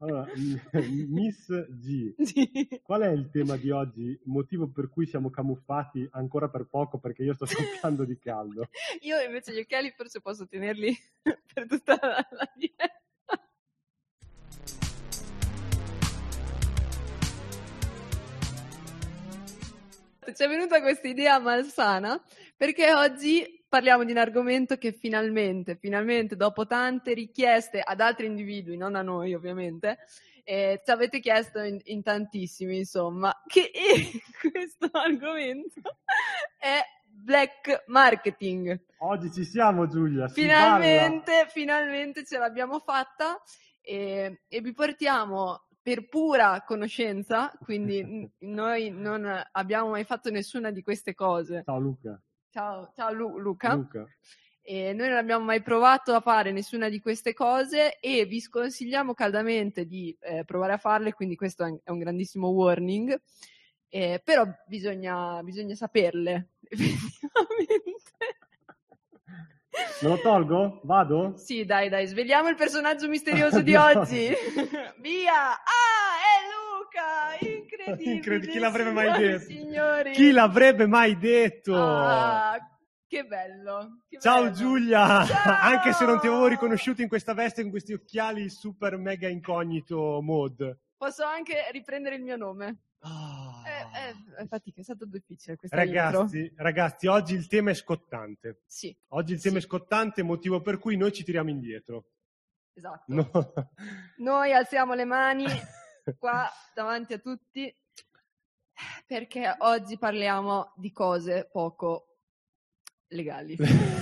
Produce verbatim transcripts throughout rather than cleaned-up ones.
Allora, Miss G, Sì. qual è il tema di oggi? Motivo per cui siamo camuffati ancora per poco, perché io sto scoppiando di caldo. Io invece gli occhiali forse posso tenerli per tutta la, la diretta. Ci è venuta questa idea malsana perché oggi parliamo di un argomento che finalmente, finalmente, dopo tante richieste ad altri individui, non a noi ovviamente, eh, ci avete chiesto in, in tantissimi, insomma, che questo argomento è black marketing. Oggi ci siamo, Giulia, si Finalmente, parla. finalmente ce l'abbiamo fatta e, e vi portiamo per pura conoscenza, quindi noi non abbiamo mai fatto nessuna di queste cose. Ciao Luca. Ciao, ciao Lu- Luca. Luca. E noi non abbiamo mai provato a fare nessuna di queste cose e vi sconsigliamo caldamente di eh, provare a farle, quindi questo è un grandissimo warning, eh, però bisogna, bisogna saperle, effettivamente. Me lo tolgo? Vado? Sì, dai, dai, sveliamo il personaggio misterioso di oggi. Via! Ah, è Luca! Incredibile! Incredibile. Chi l'avrebbe mai signori, detto? Signori. Chi l'avrebbe mai detto? Ah, che bello! Che Ciao bello. Giulia! Ciao! Anche se non ti avevo riconosciuto in questa veste, con questi occhiali super mega incognito mode. Posso anche riprendere il mio nome. Oh. Eh, eh, fatica, è stato difficile questa Ragazzi, intro. ragazzi, oggi il tema è scottante. Sì. Oggi il sì. tema è scottante, motivo per cui noi ci tiriamo indietro. Esatto. No. Noi alziamo le mani qua davanti a tutti perché oggi parliamo di cose poco legali.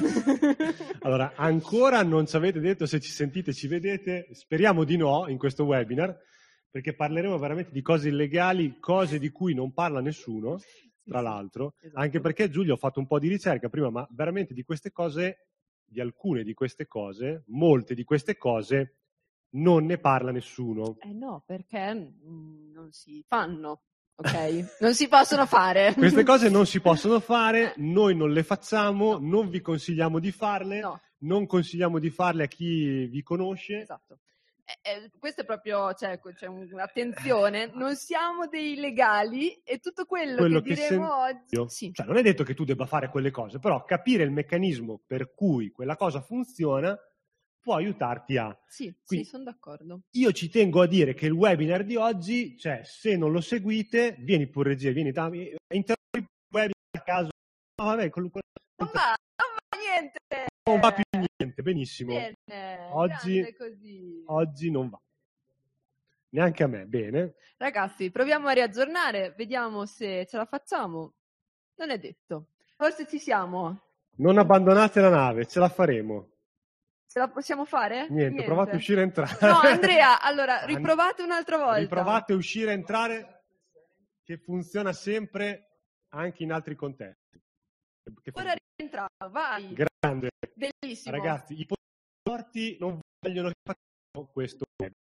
Allora, ancora non ci avete detto se ci sentite, ci vedete, speriamo di no in questo webinar, perché parleremo veramente di cose illegali, cose di cui non parla nessuno, tra sì, l'altro, sì, esatto. Anche perché Giulio ho fatto un po' di ricerca prima, ma veramente di queste cose, di alcune di queste cose, molte di queste cose, non ne parla nessuno. Eh no, perché mh, non si fanno. Ok? Non si possono fare. Queste cose non si possono fare, noi non le facciamo, No. non vi consigliamo di farle, No. non consigliamo di farle a chi vi conosce. Esatto. Eh, eh, questo è proprio, cioè, c'è un, attenzione, non siamo dei legali e tutto quello, quello che che diremo sen- oggi... io. Sì. Cioè, non è detto che tu debba fare quelle cose, però capire il meccanismo per cui quella cosa funziona può aiutarti a... Sì, Quindi, sì, sono d'accordo. Io ci tengo a dire che il webinar di oggi, cioè, se non lo seguite, vieni pure regia, vieni, interrompi il webinar a caso. No, vabbè, con, con, Non va, non va niente! non va più niente, benissimo. Bene, Oggi, così. oggi non va. Neanche a me, bene. Ragazzi, proviamo a riaggiornare, vediamo se ce la facciamo. Non è detto. Forse ci siamo. Non abbandonate la nave, ce la faremo. Ce la possiamo fare? Niente, Niente. provate a uscire e entrare. No, Andrea, allora, riprovate un'altra volta. Riprovate a uscire e entrare, che funziona sempre anche in altri contesti. Che Ora rientra, vai. Grande. Bellissimo. Ragazzi, i porti non vogliono che facciamo questo.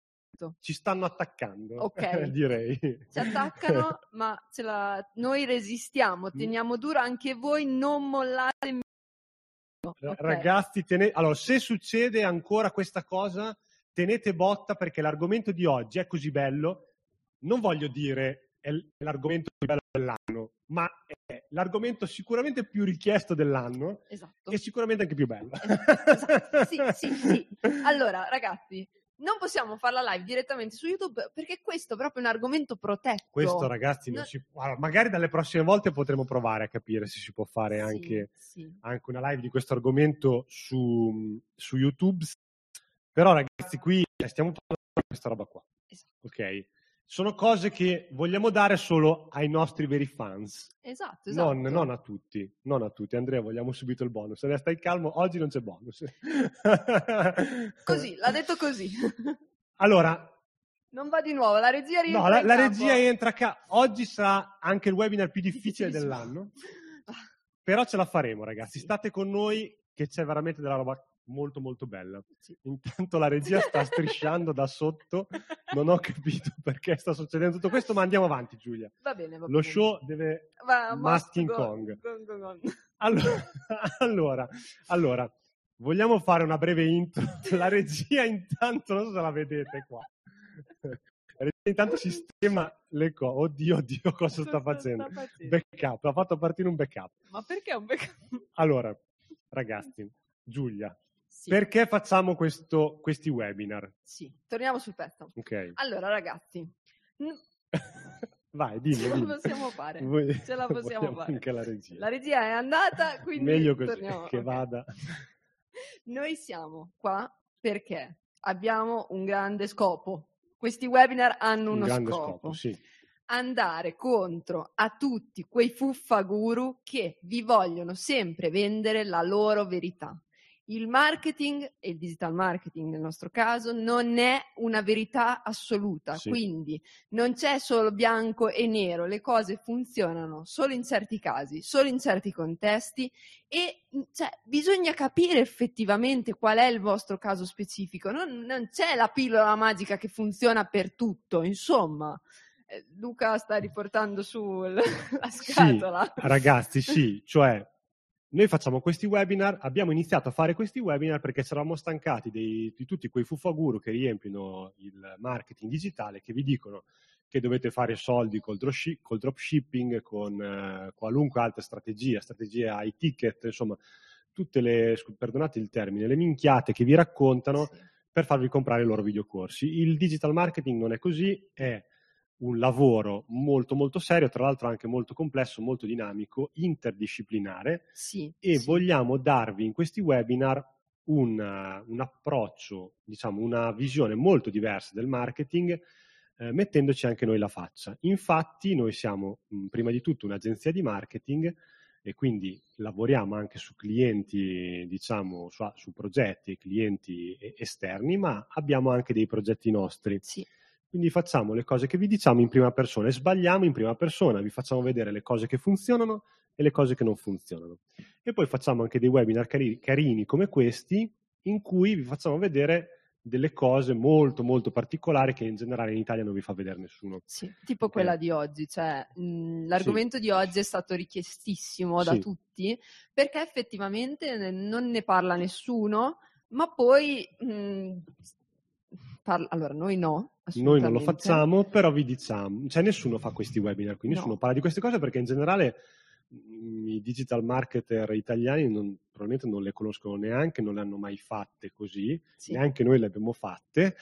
Ci stanno attaccando, ok, direi. Ci attaccano, ma ce la... noi resistiamo, teniamo duro, anche voi non mollate. Okay. Ragazzi, tenete... allora, se succede ancora questa cosa, tenete botta, perché l'argomento di oggi è così bello. Non voglio dire è l'argomento più bello dell'anno, ma è l'argomento sicuramente più richiesto dell'anno. Esatto. E sicuramente anche più bello. Esatto. Sì, sì, sì. Allora, ragazzi, non possiamo farla live direttamente su YouTube perché questo è proprio un argomento protetto. Questo, ragazzi, non no... si può... allora, magari dalle prossime volte potremo provare a capire se si può fare sì, anche, sì. anche una live di questo argomento su, su YouTube. Però, ragazzi, qui stiamo parlando di questa roba qua. Esatto. Ok? Sono cose che vogliamo dare solo ai nostri veri fans. Esatto, esatto. Non, non a tutti, non a tutti. Andrea, vogliamo subito il bonus. Se stai calmo, oggi non c'è bonus. Così, l'ha detto così. Allora... Non va di nuovo, la regia rientra No, la, in la campo. regia entra ca- oggi sarà anche il webinar più difficile dell'anno. Però ce la faremo, ragazzi. Sì. State con noi che c'è veramente della roba molto molto bella. Sì. Intanto la regia sta strisciando da sotto. Non ho capito perché sta succedendo tutto questo, ma andiamo avanti, Giulia. Va bene, va bene. Lo show deve va, must King go, Kong. Go, go, go. Allora, allora, allora, vogliamo fare una breve intro? La regia intanto, non so se la vedete qua. Intanto sistema le cose. Oddio, oddio, cosa sta facendo? Sta facendo? Backup, ha fatto partire un backup. Ma perché un backup? Allora, ragazzi, Giulia, Sì. perché facciamo questo, questi webinar? Sì, torniamo sul pezzo. Ok. Allora, ragazzi, n- Vai, dimmi, ce la dimmi. possiamo fare. Voi- Ce la possiamo vogliamo fare. Anche la regia. La regia è andata, quindi Meglio così, torniamo. che ok. vada. Noi siamo qua perché abbiamo un grande scopo. Questi webinar hanno Un uno grande scopo. scopo, sì. Andare contro a tutti quei fuffaguru che vi vogliono sempre vendere la loro verità. Il marketing, e il digital marketing nel nostro caso, non è una verità assoluta, Sì. quindi non c'è solo bianco e nero, le cose funzionano solo in certi casi, solo in certi contesti e cioè, bisogna capire effettivamente qual è il vostro caso specifico, non, non c'è la pillola magica che funziona per tutto, insomma. Eh, Luca sta riportando su l- la scatola. Sì, ragazzi, sì, cioè noi facciamo questi webinar, abbiamo iniziato a fare questi webinar perché ci eravamo stancati dei- di tutti quei fuffaguru che riempiono il marketing digitale, che vi dicono che dovete fare soldi col, dropshi- col dropshipping, con eh, qualunque altra strategia, strategia ai ticket, insomma, tutte le, scu- perdonate il termine, le minchiate che vi raccontano Sì. per farvi comprare i loro videocorsi. Il digital marketing non è così, è un lavoro molto molto serio, tra l'altro anche molto complesso, molto dinamico, interdisciplinare, Sì, e sì. vogliamo darvi in questi webinar un, uh, un approccio, diciamo una visione molto diversa del marketing, eh, mettendoci anche noi la faccia. Infatti noi siamo mh, prima di tutto un'agenzia di marketing e quindi lavoriamo anche su clienti, diciamo, su, su progetti e clienti esterni, ma abbiamo anche dei progetti nostri. Sì. Quindi facciamo le cose che vi diciamo in prima persona e sbagliamo in prima persona, vi facciamo vedere le cose che funzionano e le cose che non funzionano. E poi facciamo anche dei webinar carini, carini come questi, in cui vi facciamo vedere delle cose molto molto particolari che in generale in Italia non vi fa vedere nessuno. Sì, tipo Okay. quella di oggi, cioè mh, l'argomento Sì. di oggi è stato richiestissimo da Sì. tutti perché effettivamente ne- non ne parla nessuno, ma poi mh, parla- allora noi no, Noi non lo assolutamente. facciamo, però vi diciamo, cioè nessuno fa questi webinar qui, No. nessuno parla di queste cose perché in generale mh, i digital marketer italiani non, probabilmente non le conoscono neanche, non le hanno mai fatte così, Sì. neanche noi le abbiamo fatte,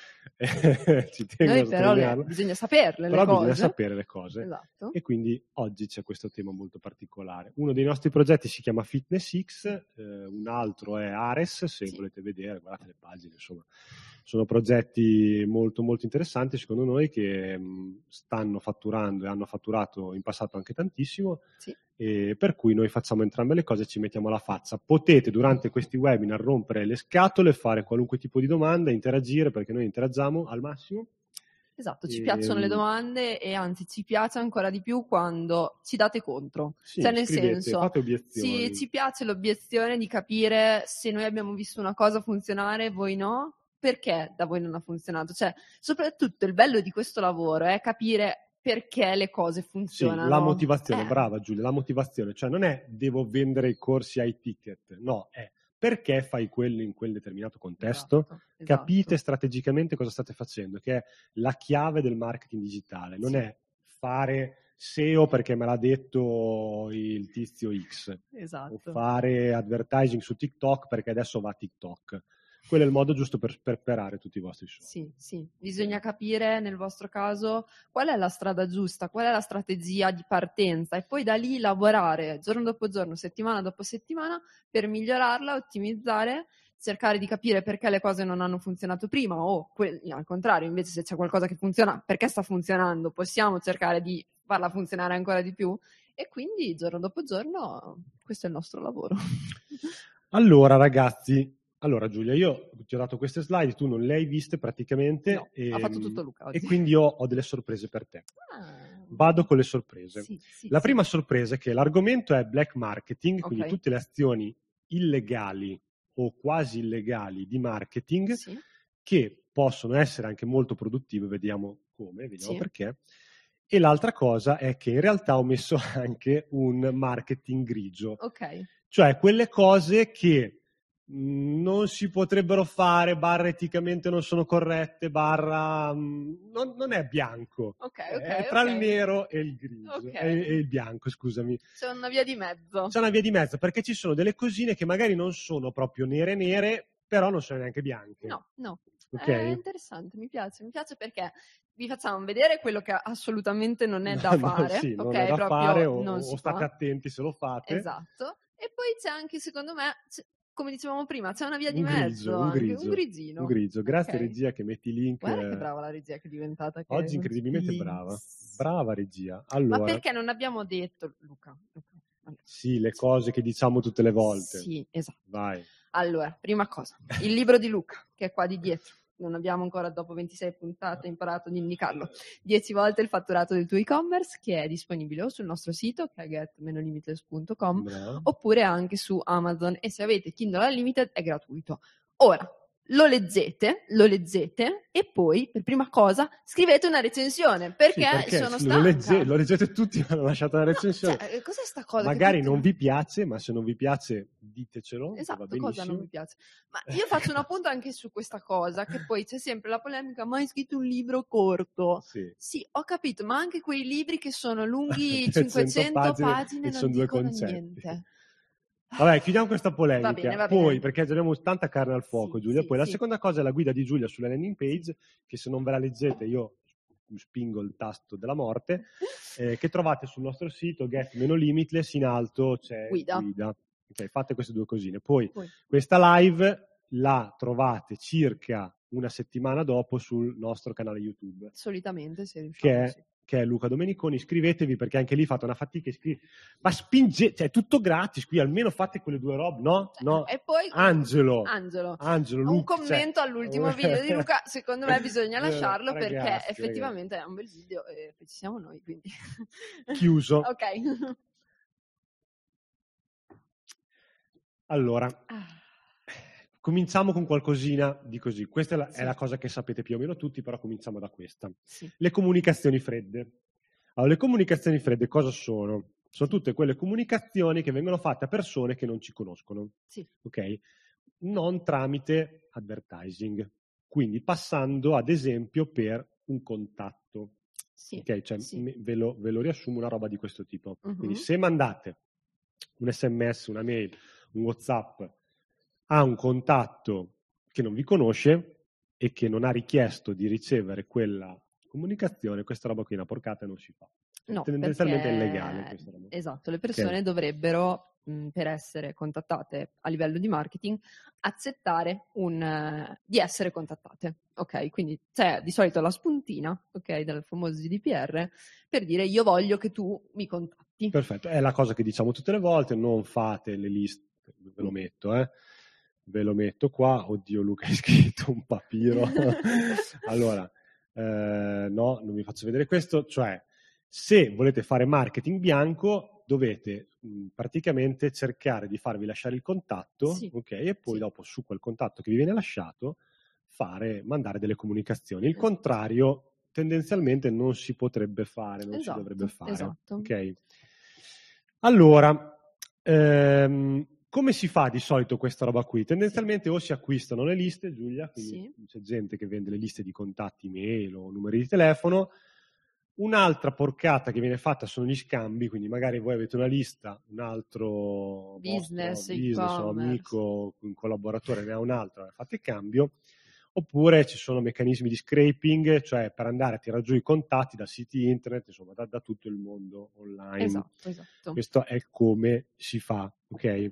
ci tengo Noi a però le- sottolinearlo, bisogna saperle però le bisogna cose. sapere le cose. Esatto. E quindi oggi c'è questo tema molto particolare. Uno dei nostri progetti si chiama Fitness X, eh, un altro è Ares, se Sì. volete vedere, guardate le pagine, insomma. Sono progetti molto molto interessanti secondo noi che mh, stanno fatturando e hanno fatturato in passato anche tantissimo, Sì. e per cui noi facciamo entrambe le cose e ci mettiamo la faccia. Potete durante questi webinar rompere le scatole, fare qualunque tipo di domanda, interagire, perché noi interagiamo al massimo. Esatto, ci E, piacciono le mh, domande e anzi ci piace ancora di più quando ci date contro. Sì, cioè nel scrivete, senso, fate obiezioni. sì, ci piace l'obiezione di capire se noi abbiamo visto una cosa funzionare, voi no, perché da voi non ha funzionato. Cioè, soprattutto il bello di questo lavoro è capire perché le cose Sì, funzionano. la motivazione, Eh, brava Giulia, la motivazione, cioè non è devo vendere i corsi ai ticket, no, è perché fai quello in quel determinato contesto, esatto, capite esatto. strategicamente cosa state facendo, che è la chiave del marketing digitale, non Sì. è fare S E O perché me l'ha detto il tizio X, o Esatto. fare advertising su TikTok perché adesso va TikTok. Quello è il modo giusto per sperperare tutti i vostri soldi. Sì, sì, bisogna capire nel vostro caso qual è la strada giusta, qual è la strategia di partenza e poi da lì lavorare giorno dopo giorno, settimana dopo settimana per migliorarla, ottimizzare, cercare di capire perché le cose non hanno funzionato prima o que- al contrario, invece se c'è qualcosa che funziona, perché sta funzionando, possiamo cercare di farla funzionare ancora di più e quindi giorno dopo giorno questo è il nostro lavoro. Allora ragazzi, allora Giulia, io ti ho dato queste slide, tu non le hai viste praticamente, No, e, ha fatto tutto Luca oggi. e quindi io ho delle sorprese per te. Ah. Vado con le sorprese. Sì, sì, La sì. prima sorpresa è che l'argomento è black marketing, quindi Ok. tutte le azioni illegali o quasi illegali di marketing Sì. che possono essere anche molto produttive, vediamo come, vediamo Sì. perché. E l'altra cosa è che in realtà ho messo anche un marketing grigio. Ok. Cioè quelle cose che non si potrebbero fare, barra eticamente non sono corrette, barra non, non è bianco, okay, okay, è tra okay. il nero e il grigio, Okay. e, e il bianco, scusami. C'è una via di mezzo. C'è una via di mezzo, perché ci sono delle cosine che magari non sono proprio nere nere, però non sono neanche bianche. No, no. Okay. È interessante, mi piace, mi piace perché vi facciamo vedere quello che assolutamente non è da No, fare, sì, ok? non è da Proprio fare o, non o si state fa. attenti se lo fate. Esatto. E poi c'è anche, secondo me, c'è- come dicevamo prima, c'è una via di Un grigio, mezzo, un anche, grigio, un grigino. un grigio. Grazie Ok. regia che metti i link. Guarda che brava la regia che è diventata. Che Oggi non- incredibilmente Links. brava. Brava regia. Allora, Ma perché non abbiamo detto, Luca? Luca, allora. sì, le cose che diciamo tutte le volte. Sì, esatto. Vai. Allora, prima cosa, il libro di Luca, che è qua di dietro. Non abbiamo ancora, dopo ventisei puntate, imparato ad indicarlo. dieci volte il fatturato del tuo e-commerce, che è disponibile o sul nostro sito, che è get limitless punto com, Bravo. oppure anche su Amazon. E se avete Kindle Unlimited è gratuito. Ora, lo leggete, lo leggete e poi, per prima cosa, scrivete una recensione, perché, Sì, perché sono lo, stanca. legge- lo leggete tutti, ma non lasciate una No, recensione. cioè, cos'è sta cosa? che Magari tutti- non vi piace, ma se non vi piace ditecelo, che va Esatto, benissimo. cosa non mi piace. Ma io faccio un appunto anche su questa cosa, che poi c'è sempre la polemica, ma hai scritto un libro corto. Sì. Sì, ho capito, ma anche quei libri che sono lunghi trecento cinquecento pagine pagine e non sono due dicono concetti. niente. Vabbè, chiudiamo questa polemica. Va bene, va Poi, bene. perché abbiamo tanta carne al fuoco, Sì, Giulia. sì, Poi la sì. seconda cosa è la guida di Giulia sulla landing page, che se non ve la leggete io spingo il tasto della morte, eh, che trovate sul nostro sito get limitless, in alto c'è Guida. guida. Ok, fate queste due cosine. Poi, Poi. questa live la trovate circa una settimana dopo sul nostro canale YouTube, Solitamente, se riusciamo, che è, sì. che è Luca Domeniconi. Iscrivetevi, perché anche lì fate una fatica, iscri- ma spingete, cioè è tutto gratis qui, almeno fate quelle due robe, no? Cioè, no. E poi Angelo, Angelo. Angelo, Un Luca, commento cioè- all'ultimo video di Luca, secondo me bisogna lasciarlo, Ragazzi, perché effettivamente è un bel video e poi ci siamo noi, quindi Chiuso. Ok. Allora, Ah, cominciamo con qualcosina di così. Questa è la, Sì. è la cosa che sapete più o meno tutti, però cominciamo da questa. sì. Le comunicazioni fredde. Allora, le comunicazioni fredde cosa sono? Sono tutte quelle comunicazioni che vengono fatte a persone che non ci conoscono, Sì. ok? Non tramite advertising, quindi passando ad esempio per un contatto. Sì. Ok, cioè, Sì. me- ve, lo, ve lo riassumo, una roba di questo tipo. Mhm. Quindi se mandate un sms, una mail, un WhatsApp a un contatto che non vi conosce e che non ha richiesto di ricevere quella comunicazione, questa roba qui è una porcata e non si fa. No, Tendenzialmente perché- è illegale questa roba. Esatto, le persone Ok. dovrebbero, mh, per essere contattate a livello di marketing, accettare un, eh, di essere contattate. Ok, quindi c'è di solito la spuntina, ok, del famoso G D P R, per dire io voglio che tu mi contatti. Perfetto, è la cosa che diciamo tutte le volte, non fate le liste, ve lo metto, eh. Ve lo metto qua. Oddio, Luca, hai scritto un papiro. Allora, eh, no, non vi faccio vedere questo. Cioè, se volete fare marketing bianco, dovete mh, praticamente cercare di farvi lasciare il contatto, Sì. ok? E poi Sì. dopo su quel contatto che vi viene lasciato fare, mandare delle comunicazioni. Il Esatto. contrario tendenzialmente non si potrebbe fare, non Esatto, si dovrebbe fare. esatto. Ok? Allora, ehm, come si fa di solito questa roba qui? Tendenzialmente o si acquistano le liste, Giulia, quindi Sì. c'è gente che vende le liste di contatti email o numeri di telefono. Un'altra porcata che viene fatta sono gli scambi, quindi magari voi avete una lista, un altro Business, vostro business o e-commerce. amico, un collaboratore ne ha un altro, fate il cambio. Oppure ci sono meccanismi di scraping, cioè per andare a tirare giù i contatti da siti internet, insomma da, da tutto il mondo online. Esatto, esatto. Questo è come si fa, ok?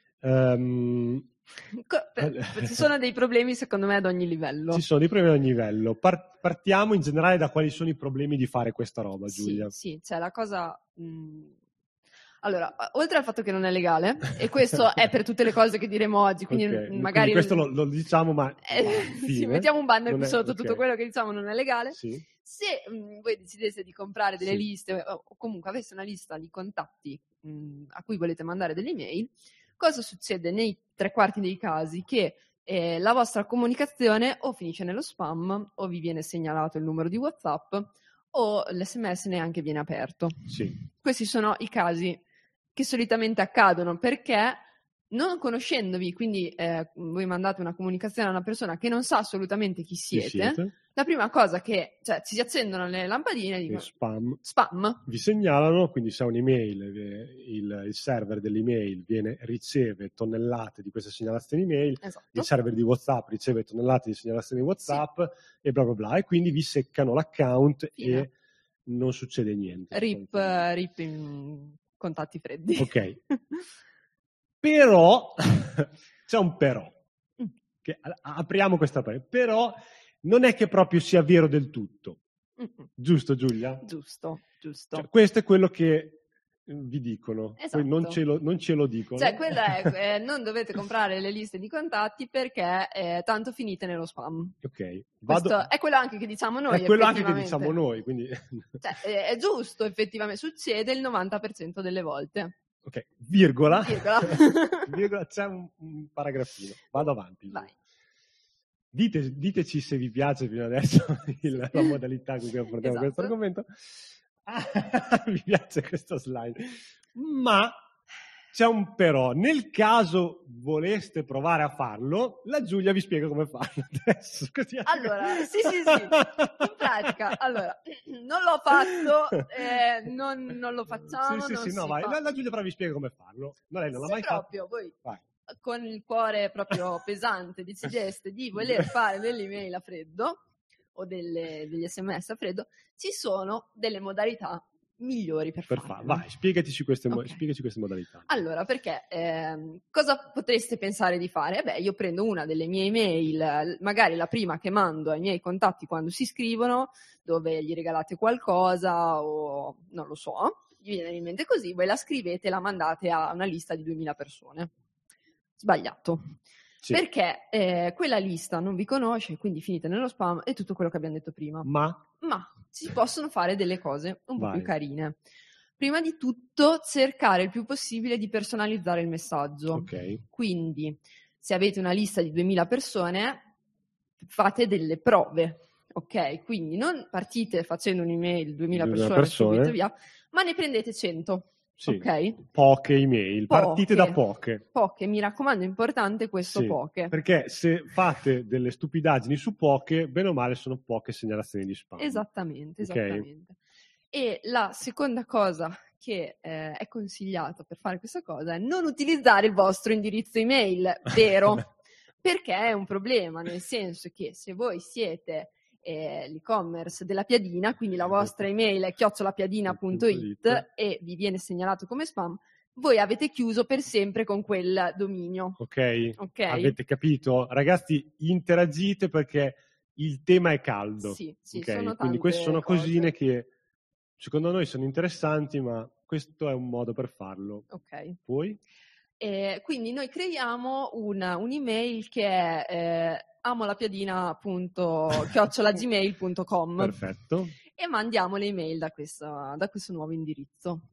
Um, Co- per- ci sono dei problemi secondo me ad ogni livello. Ci sono dei problemi ad ogni livello. Par- partiamo in generale da quali sono i problemi di fare questa roba, Giulia. Sì, sì, cioè la cosa... mh, Allora, oltre al fatto che non è legale, e questo è per tutte le cose che diremo oggi, quindi Ok, magari... quindi questo lo, lo diciamo, ma... Eh, fine. sì, mettiamo un banner Non qui è- sotto, ok. tutto quello che diciamo non è legale. Sì. Se mh, voi decideste di comprare delle Sì. liste o, o comunque aveste una lista di contatti mh, a cui volete mandare delle email, cosa succede nei tre quarti dei casi? Che eh, la vostra comunicazione o finisce nello spam o vi viene segnalato il numero di WhatsApp o l'esse emme esse neanche viene aperto. Sì. Questi sono i casi che solitamente accadono perché non conoscendovi, quindi eh, voi mandate una comunicazione a una persona che non sa assolutamente chi siete, Chi siete? la prima cosa che, cioè, si accendono le lampadine e dicono spam. spam. Vi segnalano, quindi se è un'email, il, il server dell'email viene, riceve tonnellate di queste segnalazioni email, Esatto. il server di WhatsApp riceve tonnellate di segnalazioni WhatsApp Sì. e bla bla bla, e quindi vi seccano l'account Fine. e non succede niente. Rip, rip in contatti freddi. Ok. Però, c'è un però, Mm. che apriamo questa parete, però non è che proprio sia vero del tutto. Mm-mm. Giusto, Giulia? Giusto, giusto. Cioè, questo è quello che vi dicono, Esatto. poi non ce lo, non ce lo dicono. Cioè, quella è, eh, non dovete comprare le liste di contatti perché eh, tanto finite nello spam. Ok, vado... Questo è quello anche che diciamo noi. È quello anche che effettivamente. diciamo noi, quindi... Cioè, è, è giusto, effettivamente, succede il novanta per cento delle volte. Ok, virgola. Virgola. Virgola, c'è un, un paragrafino. Vado avanti. Vai. Dite, diteci se vi piace fino adesso il, la modalità con cui affrontiamo Esatto. questo argomento. Ah, mi piace questo slide. Ma c'è un però. Nel caso voleste provare a farlo, la Giulia vi spiega come farlo adesso. Così Allora, sì, sì, sì. In pratica, allora, non l'ho fatto, eh, non, non lo facciamo. Sì, sì, non sì, si no, vai. fa. La, la Giulia però vi spiega come farlo. No, lei non l'ha Se mai proprio fatto. voi Vai. con il cuore proprio pesante decideste di voler fare delle email a freddo o delle, degli sms a freddo, ci sono delle modalità migliori per, Per farlo. farlo. Vai, spiegaci queste, Okay. spiegaci queste modalità. Allora, perché ehm, cosa potreste pensare di fare? Eh beh, io prendo una delle mie email, magari la prima che mando ai miei contatti quando si iscrivono, dove gli regalate qualcosa o non lo so, gli viene in mente così, voi la scrivete e la mandate a una lista di duemila persone. Sbagliato. Sì. Perché eh, quella lista non vi conosce, quindi finite nello spam e tutto quello che abbiamo detto prima. Ma? Ma si possono fare delle cose un po' Vai. più carine. Prima di tutto, cercare il più possibile di personalizzare il messaggio. Ok. Quindi, se avete una lista di duemila persone, fate delle prove. Ok? Quindi non partite facendo un'email duemila persone, persone. subito via, ma ne prendete cento. Sì. Ok? Poche email, Poche. partite da poche. Poche, mi raccomando, è importante questo Sì, poche. perché se fate delle stupidaggini su poche, bene o male sono poche segnalazioni di spam. Esattamente, Ok? esattamente. E la seconda cosa che eh, è consigliata per fare questa cosa è non utilizzare il vostro indirizzo email, vero? Perché è un problema, nel senso che se voi siete eh, l'e-commerce della Piadina, quindi la vostra email è chiocciolapiadina punto it e vi viene segnalato come spam, voi avete chiuso per sempre con quel dominio. Ok? Ok? Avete capito? Ragazzi, interagite perché il tema è caldo. Sì, sì, Okay? sono Quindi queste sono tante cosine cose. che secondo noi sono interessanti, ma questo è un modo per farlo. Ok. Poi? Eh, quindi noi creiamo una, un'email che è eh, amolapiadina punto chiocciola gmail punto com Perfetto. e mandiamo le email da, questa, da questo nuovo indirizzo.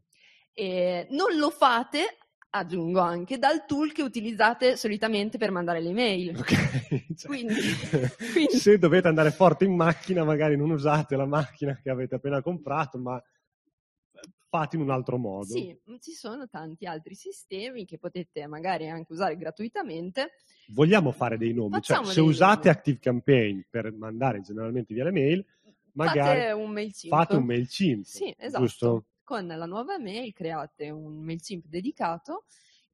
E non lo fate, aggiungo anche, dal tool che utilizzate solitamente per mandare le email. Ok. Cioè, Quindi, quindi... se dovete andare forte in macchina, magari non usate la macchina che avete appena comprato, ma fate in un altro modo. Sì, ci sono tanti altri sistemi che potete magari anche usare gratuitamente. Vogliamo fare dei nomi? Facciamo cioè, se dei usate nomi. ActiveCampaign per mandare generalmente via le mail, magari fate un MailChimp. fate un MailChimp. Sì, esatto. Giusto? Con la nuova mail create un MailChimp dedicato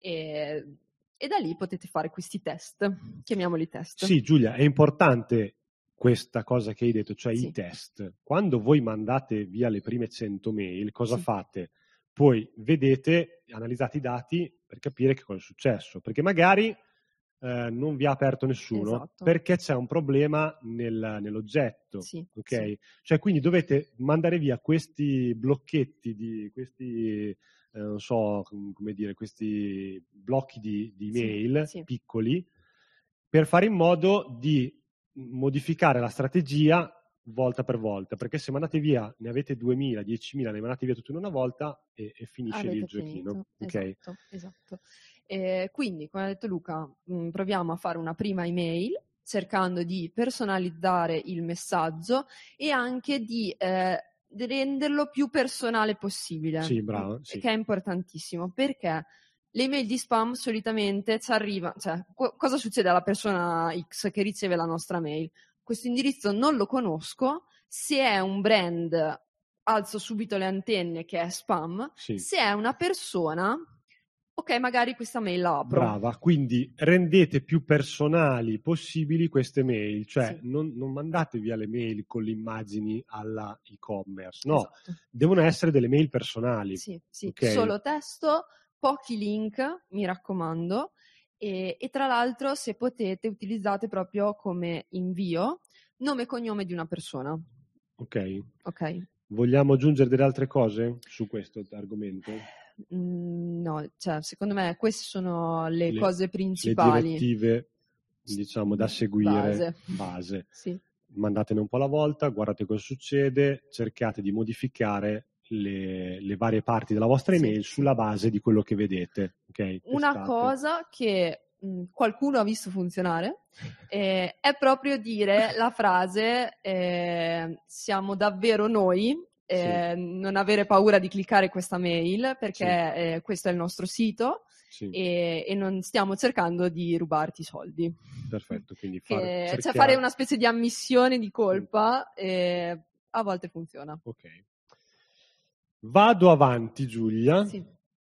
e, e da lì potete fare questi test. Chiamiamoli test. Sì, Giulia, è importante questa cosa che hai detto, cioè Sì. i test. Quando voi mandate via le prime cento mail, cosa Sì. fate? Poi vedete, analizzate i dati per capire che cosa è successo, perché magari eh, non vi ha aperto nessuno, Esatto. perché c'è un problema nel, nell'oggetto. Sì, ok? sì. Cioè, quindi dovete mandare via questi blocchetti di questi, eh, non so come dire, questi blocchi di, di mail Sì, sì. piccoli per fare in modo di modificare la strategia volta per volta, perché se mandate via, ne avete duemila, diecimila, ne mandate via tutti in una volta e, e finisce Avete lì il giochino. finito. Okay? Esatto, esatto. Eh, quindi, come ha detto Luca, mh, proviamo a fare una prima email cercando di personalizzare il messaggio e anche di eh, renderlo più personale possibile. Sì, brava, sì. Che è importantissimo, perché Le email di spam solitamente ci arriva, cioè co- cosa succede alla persona X che riceve la nostra mail? Questo indirizzo non lo conosco, se è un brand alzo subito le antenne che è spam, Sì. se è una persona, ok, magari questa mail la apro. Brava, quindi rendete più personali possibili queste mail, cioè Sì. non, non mandate via le mail con le immagini alla e-commerce, no, Esatto. devono essere delle mail personali. Sì, sì, Okay? solo testo, pochi link, mi raccomando, e, e tra l'altro se potete utilizzate proprio come invio nome e cognome di una persona. Ok. Ok. Vogliamo aggiungere delle altre cose su questo argomento? Mm, no, cioè secondo me queste sono le, Le- cose Le principali. direttive, diciamo, da seguire, Base. base. Sì. Mandatene un po' alla volta, guardate cosa succede, cercate di modificare le, le varie parti della vostra Sì, email sì. sulla base di quello che vedete. Okay? Una Testate. cosa che mh, qualcuno ha visto funzionare eh, è proprio dire la frase eh, siamo davvero noi, eh, Sì. non avere paura di cliccare questa mail perché Sì. eh, questo è il nostro sito Sì. e, e non stiamo cercando di rubarti i soldi. Perfetto, quindi Che, fare, cioè cerchiare... fare una specie di ammissione di colpa eh, a volte funziona. Ok. Vado avanti, Giulia. Sì.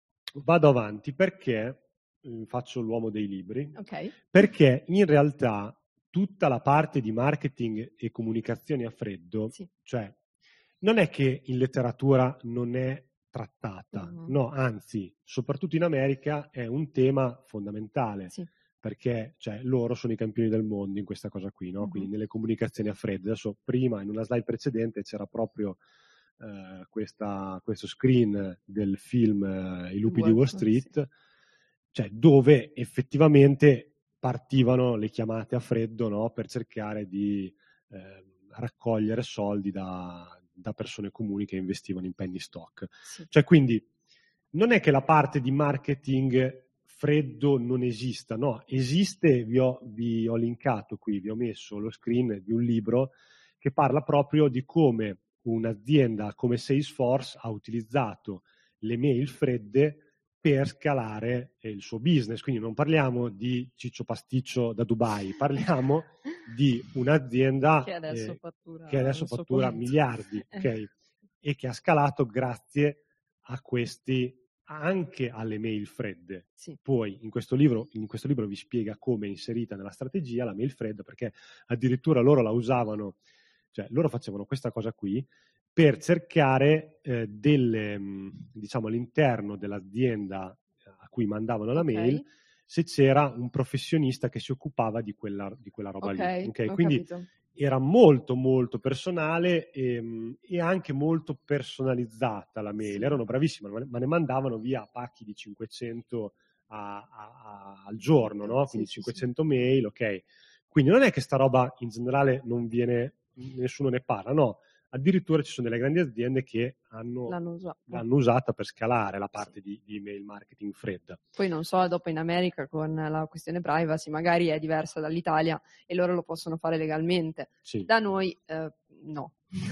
Vado avanti perché eh, faccio l'uomo dei libri. Ok. Perché in realtà tutta la parte di marketing e comunicazioni a freddo, Sì. cioè non è che in letteratura non è trattata, Mm-hmm. no, anzi, soprattutto in America è un tema fondamentale. Sì. Perché cioè, loro sono i campioni del mondo in questa cosa qui, no? Mm-hmm. Quindi nelle comunicazioni a freddo. Adesso prima in una slide precedente c'era proprio eh, questa, questo screen del film eh, I lupi di Wall Street, sì. Cioè dove effettivamente partivano le chiamate a freddo, no? Per cercare di eh, raccogliere soldi da, da persone comuni che investivano in penny stock. Sì. Cioè quindi non è che la parte di marketing freddo non esista, no, esiste, vi ho, vi ho linkato qui, vi ho messo lo screen di un libro che parla proprio di come un'azienda come Salesforce ha utilizzato le mail fredde per scalare il suo business, quindi non parliamo di ciccio pasticcio da Dubai, parliamo di un'azienda che adesso eh, fattura, che adesso fattura miliardi, ok? E che ha scalato grazie a questi, anche alle mail fredde. Sì. Poi in questo libro, in questo libro vi spiega come è inserita nella strategia la mail fredda, perché addirittura loro la usavano, cioè loro facevano questa cosa qui per cercare eh, delle, diciamo, all'interno dell'azienda a cui mandavano la okay. mail, se c'era un professionista che si occupava di quella, di quella roba okay, lì. Okay? Ho Quindi capito. Era molto molto personale e, e anche molto personalizzata la mail. Sì. Erano bravissime, ma ne mandavano via pacchi di cinquecento a, a, a, al giorno, no? Quindi sì, cinquecento sì, mail, ok. Quindi non è che sta roba in generale non viene, nessuno ne parla, no. Addirittura ci sono delle grandi aziende che hanno, l'hanno, usata. l'hanno usata per scalare la parte sì. di, di email marketing fredda. Poi non so, dopo in America con la questione privacy magari è diversa dall'Italia e loro lo possono fare legalmente. Sì. Da noi eh, no.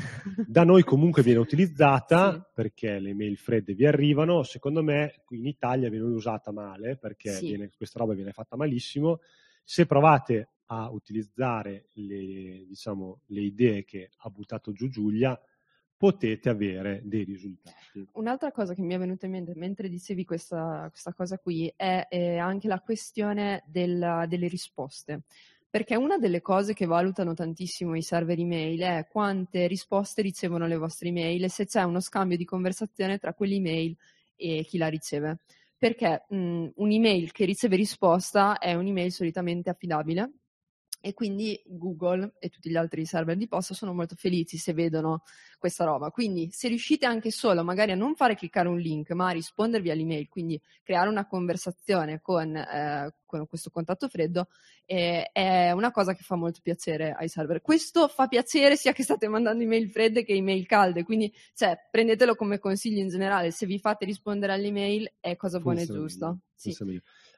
Da noi comunque viene utilizzata sì. perché le mail fredde vi arrivano. Secondo me qui in Italia viene usata male perché sì. viene, questa roba viene fatta malissimo. Se provate a utilizzare le, diciamo, le idee che ha buttato giù Giulia, potete avere dei risultati. Un'altra cosa che mi è venuta in mente mentre dicevi questa, questa cosa qui è, è anche la questione della, delle risposte. Perché una delle cose che valutano tantissimo i server email è quante risposte ricevono le vostre email e se c'è uno scambio di conversazione tra quell'email e chi la riceve. Perché mh, un'email che riceve risposta è un'email solitamente affidabile e quindi Google e tutti gli altri server di posta sono molto felici se vedono questa roba. Quindi se riuscite anche solo magari a non fare cliccare un link ma a rispondervi all'email, quindi creare una conversazione con, eh, con questo contatto freddo, eh, è una cosa che fa molto piacere ai server. Questo fa piacere sia che state mandando email fredde che email calde, quindi cioè, prendetelo come consiglio in generale, se vi fate rispondere all'email è cosa buona e giusta. Sì.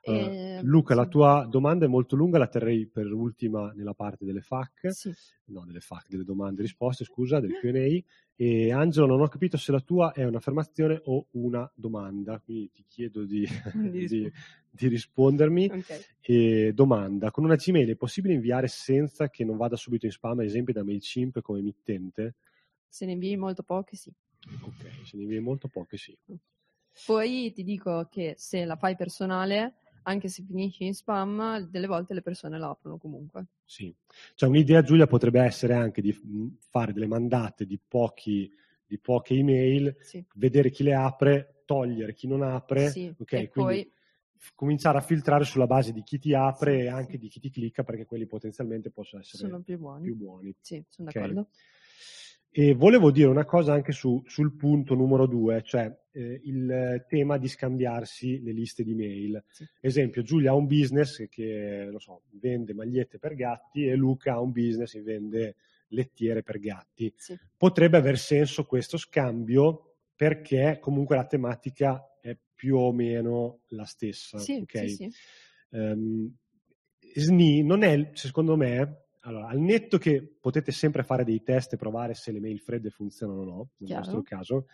E, uh, Luca, sì. la tua domanda è molto lunga, la terrei per ultima nella parte delle F A Q, Sì. no, delle F A Q, delle domande e risposte, scusa, del Q and A. E Angelo, non ho capito se la tua è un'affermazione o una domanda, quindi ti chiedo di, di, di rispondermi. Okay. E domanda, con una Gmail è possibile inviare senza che non vada subito in spam, ad esempio da MailChimp come emittente? Se ne invii molto poche, sì. Ok, se ne invii molto poche, sì. Poi ti dico che se la fai personale, anche se finisci in spam, delle volte le persone la aprono comunque. Sì, cioè un'idea, Giulia, potrebbe essere anche di fare delle mandate di pochi di poche email, sì. vedere chi le apre, togliere chi non apre, sì. ok? E Quindi poi f- cominciare a filtrare sulla base di chi ti apre sì, e anche sì. di chi ti clicca, perché quelli potenzialmente possono essere sono più buoni. più buoni. Sì, sono Okay? d'accordo. E volevo dire una cosa anche su, sul punto numero due, cioè eh, il tema di scambiarsi le liste di mail. Sì. Esempio, Giulia ha un business che, non so, vende magliette per gatti e Luca ha un business che vende lettiere per gatti. Sì. Potrebbe aver senso questo scambio perché comunque la tematica è più o meno la stessa. Sì, Okay? sì, sì. Um, S N I non è, secondo me, allora, al netto che potete sempre fare dei test e provare se le mail fredde funzionano o no, nel Chiaro. vostro caso,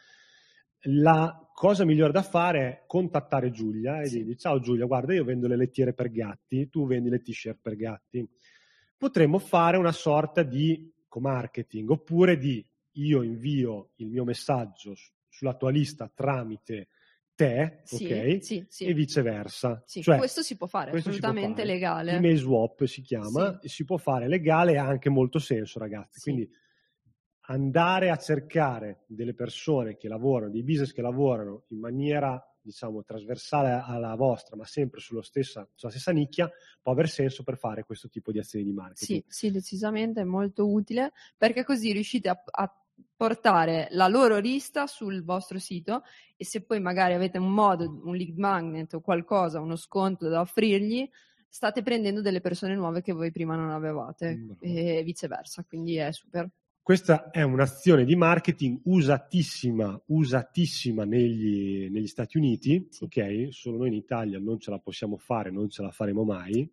la cosa migliore da fare è contattare Giulia e Sì. dirgli: ciao Giulia, guarda, io vendo le lettiere per gatti, tu vendi le t-shirt per gatti. Potremmo fare una sorta di co-marketing, oppure di io invio il mio messaggio sulla tua lista tramite te, Sì, ok? sì, sì. E viceversa. Sì, cioè, questo si può fare, questo si può assolutamente fare. legale. Email swap si chiama, Sì. e si può fare legale e ha anche molto senso, ragazzi. Sì. Quindi andare a cercare delle persone che lavorano, dei business che lavorano in maniera, diciamo, trasversale alla vostra, ma sempre sullo stessa, sulla stessa nicchia, può aver senso per fare questo tipo di azioni di marketing. Sì, sì, decisamente è molto utile, perché così riuscite a, a portare la loro lista sul vostro sito, e se poi magari avete un modo, un lead magnet o qualcosa, uno sconto da offrirgli, state prendendo delle persone nuove che voi prima non avevate, Bravo. e viceversa, quindi è super. Questa è un'azione di marketing usatissima, usatissima negli, negli Stati Uniti, Sì. ok? Solo noi in Italia non ce la possiamo fare, non ce la faremo mai.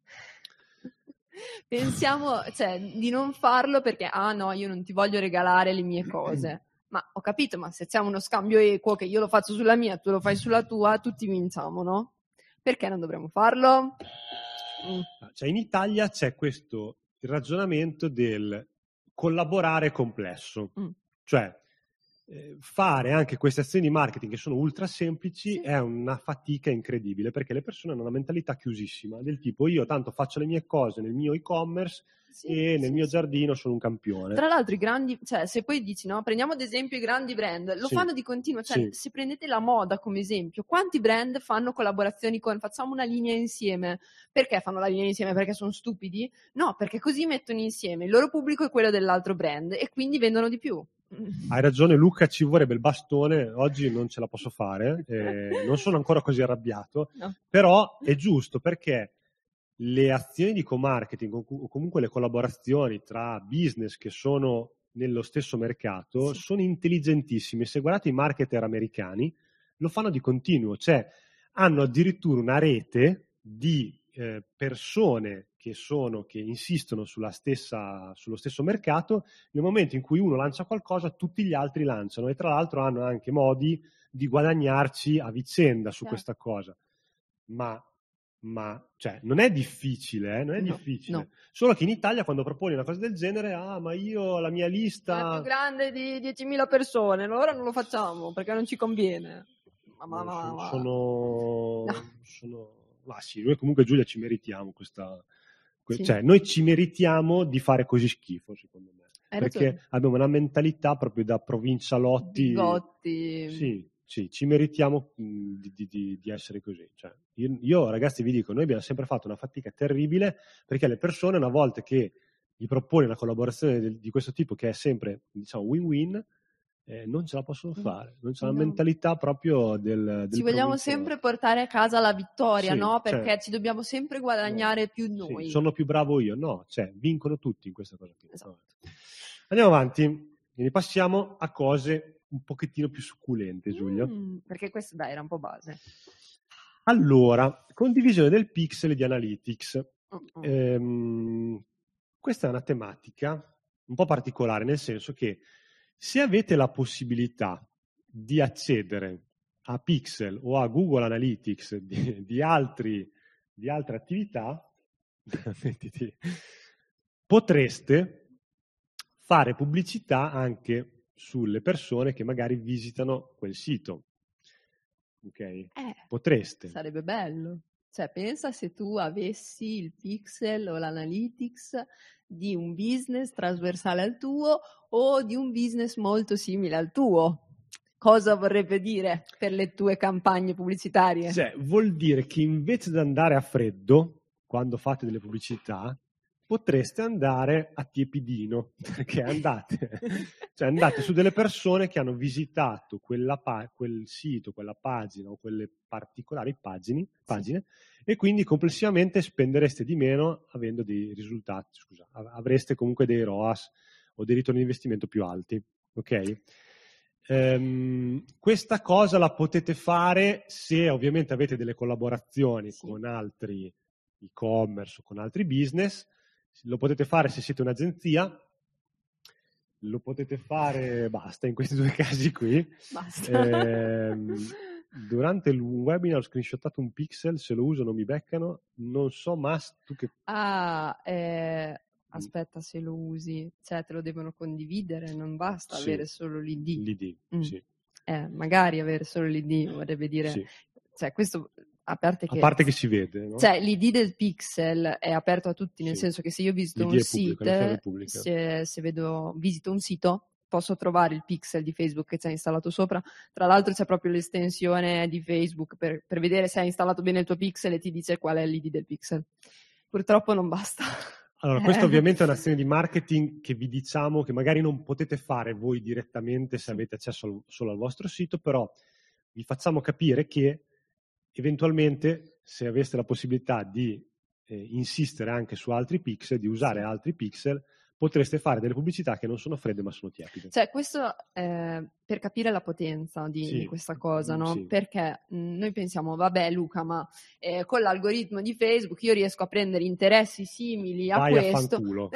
Pensiamo, cioè, di non farlo perché, ah no, io non ti voglio regalare le mie cose. Ma ho capito, ma se c'è uno scambio equo, che io lo faccio sulla mia, tu lo fai sulla tua, tutti vinciamo, no? Perché non dovremmo farlo? Mm. Cioè, in Italia c'è questo ragionamento del collaborare complesso, Mm. cioè eh, fare anche queste azioni di marketing che sono ultra semplici Sì. è una fatica incredibile, perché le persone hanno una mentalità chiusissima, del tipo io tanto faccio le mie cose nel mio e-commerce Sì, e nel sì, mio sì. giardino sono un campione. Tra l'altro i grandi, cioè se poi dici, no, prendiamo ad esempio i grandi brand, lo Sì. fanno di continuo, cioè Sì. se prendete la moda come esempio, quanti brand fanno collaborazioni con facciamo una linea insieme? Perché fanno la linea insieme? Perché sono stupidi? No, perché così mettono insieme il loro pubblico e quello dell'altro brand e quindi vendono di più. Hai ragione Luca, ci vorrebbe il bastone, oggi non ce la posso fare, eh, non sono ancora così arrabbiato, No. però è giusto, perché le azioni di co-marketing o comunque le collaborazioni tra business che sono nello stesso mercato Sì. sono intelligentissime. Se guardate i marketer americani lo fanno di continuo, cioè hanno addirittura una rete di eh, persone che sono, che insistono sulla stessa, sullo stesso mercato. Nel momento in cui uno lancia qualcosa, tutti gli altri lanciano, e tra l'altro hanno anche modi di guadagnarci a vicenda su Certo. questa cosa. Ma ma cioè, non è difficile, eh? non è No, difficile. no. Solo che in Italia quando proponi una cosa del genere, ah, ma io la mia lista Ma è più grande di diecimila persone, allora non lo facciamo perché non ci conviene. Ma, ma, ma, sono, ma. sono, No. sono... Ma sì, noi comunque Giulia ci meritiamo questa, que... Sì. cioè noi ci meritiamo di fare così schifo, secondo me. Hai Perché ragione. abbiamo una mentalità proprio da provincialotti. Bigotti. Sì, sì, ci meritiamo mh, di, di, di, di essere così. Cioè, io, io, ragazzi, vi dico, noi abbiamo sempre fatto una fatica terribile, perché le persone, una volta che gli proponi una collaborazione del, di questo tipo, che è sempre, diciamo, win-win, eh, non ce la possono fare. Non c'è No. la mentalità proprio del, del ci vogliamo sempre portare a casa la vittoria, sì, no? Perché cioè, ci dobbiamo sempre guadagnare no, più noi. Sì, sono più bravo io. No, cioè, vincono tutti in questa cosa qui. Esatto. Andiamo avanti. Quindi passiamo a cose un pochettino più succulente, Giulia. Mm, perché questo, dai, era un po' base. Allora, condivisione del pixel e di Analytics. Uh-uh. Ehm, questa è una tematica un po' particolare, nel senso che se avete la possibilità di accedere a Pixel o a Google Analytics di, di, altri, di altre attività, potreste fare pubblicità anche sulle persone che magari visitano quel sito. Ok? Eh, Potreste. Sarebbe bello. Cioè, pensa se tu avessi il Pixel o l'Analytics di un business trasversale al tuo o di un business molto simile al tuo. Cosa vorrebbe dire per le tue campagne pubblicitarie? Cioè, vuol dire che invece di andare a freddo, quando fate delle pubblicità, potreste andare a tiepidino, perché andate, cioè andate su delle persone che hanno visitato quella pa- quel sito, quella pagina o quelle particolari pagine, pagine sì. E quindi complessivamente spendereste di meno avendo dei risultati, scusa, avreste comunque dei R O A S o dei ritorni di investimento più alti, ok? Um, questa cosa la potete fare se ovviamente avete delle collaborazioni sì. con altri e-commerce o con altri business. Lo potete fare se siete un'agenzia, lo potete fare, basta, in questi due casi qui. Basta. Eh, durante il webinar ho screenshottato un pixel, se lo uso non mi beccano, non so, ma tu che... Ah, eh, aspetta, se lo usi, cioè te lo devono condividere, non basta sì. avere solo l'I D. L'I D, mm. sì. Eh, magari avere solo l'I D vorrebbe dire... Sì. Cioè, questo... A parte, che, a parte che si vede, no? Cioè l'I D del pixel è aperto a tutti, nel sì. senso che se io visito un sito, se, se vedo, visito un sito, posso trovare il pixel di Facebook che c'è installato sopra. Tra l'altro c'è proprio l'estensione di Facebook per, per vedere se hai installato bene il tuo pixel e ti dice qual è l'I D del pixel. Purtroppo non basta. Allora, eh. questa ovviamente è un'azione di marketing che vi diciamo che magari non potete fare voi direttamente se sì. avete accesso al, solo al vostro sito, però vi facciamo capire che eventualmente, se aveste la possibilità di eh, insistere anche su altri pixel, di usare sì. altri pixel, potreste fare delle pubblicità che non sono fredde ma sono tiepide. Cioè, questo eh, per capire la potenza di, sì. di questa cosa, no? Sì. Perché mh, noi pensiamo, vabbè Luca, ma eh, con l'algoritmo di Facebook io riesco a prendere interessi simili a Vai questo. Vai a fanculo.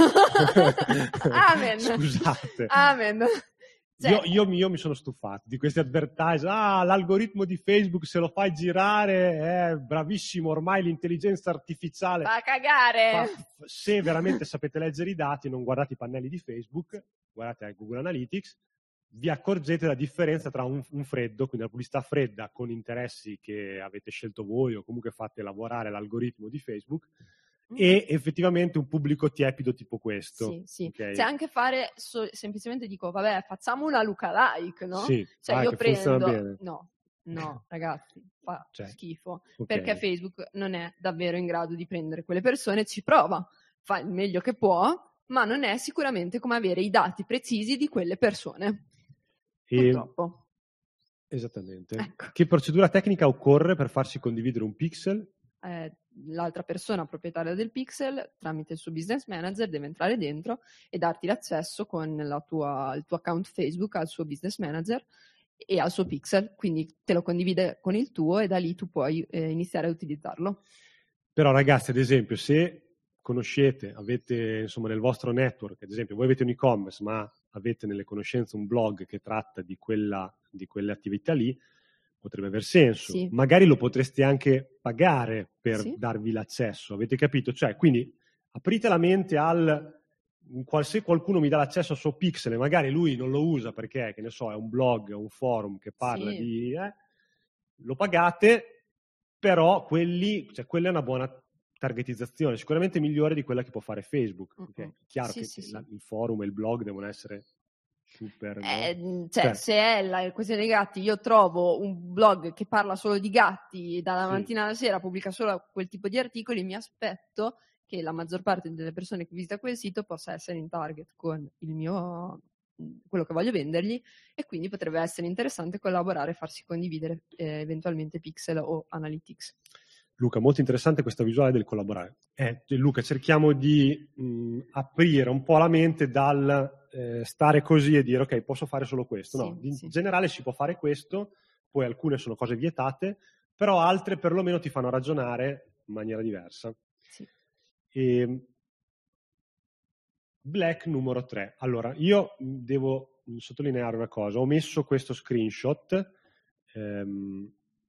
Ecco. Amen. Scusate. Amen. Cioè, io, io, io mi sono stufato di questi advertiser. Ah, l'algoritmo di Facebook, se lo fai girare, è bravissimo, ormai l'intelligenza artificiale. Fa cagare! Fa, se veramente sapete leggere i dati, non guardate i pannelli di Facebook, guardate a Google Analytics, vi accorgete la differenza tra un, un freddo, quindi la pubblicità fredda con interessi che avete scelto voi o comunque fate lavorare l'algoritmo di Facebook, e effettivamente un pubblico tiepido tipo questo. Sì, sì. Okay? Cioè anche fare, so, semplicemente dico, vabbè, facciamo una lookalike, no? Sì. Cioè ah, io che prendo... bene. No, no, ragazzi, fa cioè, schifo. Okay. Perché Facebook non è davvero in grado di prendere quelle persone, ci prova, fa il meglio che può, ma non è sicuramente come avere i dati precisi di quelle persone. E... Purtroppo. Esattamente. Ecco. Che procedura tecnica occorre per farsi condividere un pixel? Eh, l'altra persona proprietaria del pixel tramite il suo business manager deve entrare dentro e darti l'accesso con la tua, il tuo account Facebook al suo business manager e al suo pixel, quindi te lo condivide con il tuo e da lì tu puoi eh, iniziare a utilizzarlo. Però ragazzi, ad esempio, se conoscete, avete insomma nel vostro network, ad esempio voi avete un e-commerce ma avete nelle conoscenze un blog che tratta di quella di quelle attività lì, potrebbe aver senso. Sì. Magari lo potreste anche pagare per sì. darvi l'accesso, avete capito? Cioè, quindi aprite la mente al se qualcuno mi dà l'accesso al suo pixel e magari lui non lo usa perché, che ne so, è un blog, è un forum che parla sì. di... Eh, lo pagate, però quelli, cioè, quella è una buona targetizzazione, sicuramente migliore di quella che può fare Facebook. Uh-uh. Okay? È chiaro sì, che sì, la, sì. il forum e il blog devono essere... Super, eh, no? cioè, cioè, se è la questione dei gatti, io trovo un blog che parla solo di gatti e dalla sì. mattina alla sera pubblica solo quel tipo di articoli, mi aspetto che la maggior parte delle persone che visita quel sito possa essere in target con il mio quello che voglio vendergli e quindi potrebbe essere interessante collaborare e farsi condividere eh, eventualmente Pixel o Analytics. Luca, molto interessante questa visuale del collaborare. Eh, Luca, cerchiamo di mh, aprire un po' la mente dal eh, stare così e dire ok, posso fare solo questo. Sì, no, in sì. generale si può fare questo, poi alcune sono cose vietate, però altre perlomeno ti fanno ragionare in maniera diversa. Sì. E Black numero tre. Allora, io devo sottolineare una cosa. Ho messo questo screenshot, ehm,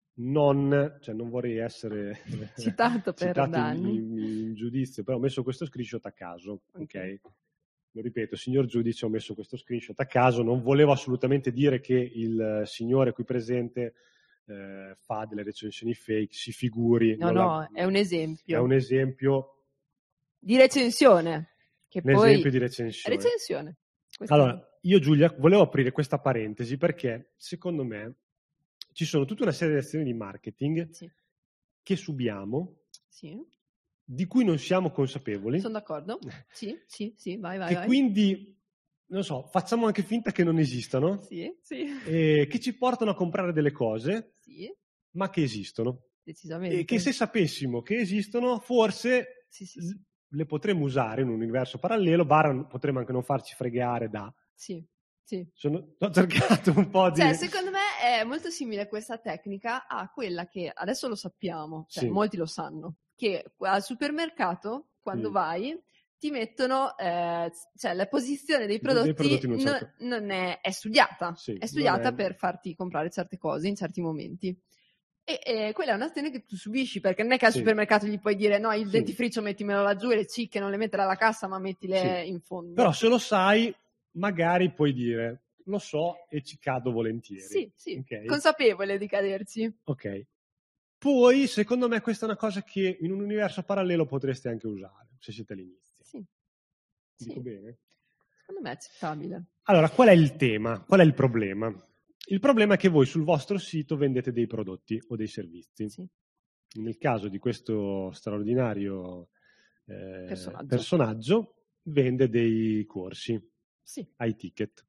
non, cioè non vorrei essere citato per citato danni. in, in, in giudizio, però ho messo questo screenshot a caso, ok? Ok. Lo ripeto, signor giudice, ho messo questo screenshot a caso, non volevo assolutamente dire che il signore qui presente eh, fa delle recensioni fake, si figuri. No, non no, la- è un esempio. È un esempio, Di recensione. Che un poi... esempio di recensione. Recensione. Questo Allora, io Giulia volevo aprire questa parentesi perché secondo me ci sono tutta una serie di azioni di marketing Sì. che subiamo, Sì. di cui non siamo consapevoli, Sono d'accordo. Sì, sì, sì, vai, vai, che vai. quindi, non so, facciamo anche finta che non esistano, Sì, sì. e che ci portano a comprare delle cose, Sì, ma che esistono. decisamente. E che se sapessimo che esistono, forse Sì, sì, sì. le potremmo usare in un universo parallelo, barra potremmo anche non farci fregare da... Sì, sì. Sono, ho cercato un po' di... Cioè, secondo me è molto simile questa tecnica a quella che adesso lo sappiamo, cioè Sì. molti lo sanno, che al supermercato, quando Mm. vai, ti mettono, eh, cioè la posizione dei Dei- prodotti, dei prodotti in un non, certo- non è, è studiata, Sì, è studiata non è- per farti comprare certe cose in certi momenti. E, e quella è un'azione che tu subisci, perché non è che al Sì. supermercato gli puoi dire no, il Sì. dentifricio mettimelo laggiù e le cicche non le mettere alla cassa ma mettile Sì. in fondo. Però se lo sai, magari puoi dire, lo so e ci cado volentieri. Sì, sì, Ok? consapevole di caderci. Ok. Poi, secondo me, questa è una cosa che in un universo parallelo potreste anche usare, se siete all'inizio. Sì. Dico Sì. bene? Secondo me è accettabile. Allora, qual è il tema? Qual è il problema? Il problema è che voi sul vostro sito vendete dei prodotti o dei servizi. Sì. Nel caso di questo straordinario eh, Personaggio. personaggio, vende dei corsi Sì. ai ticket.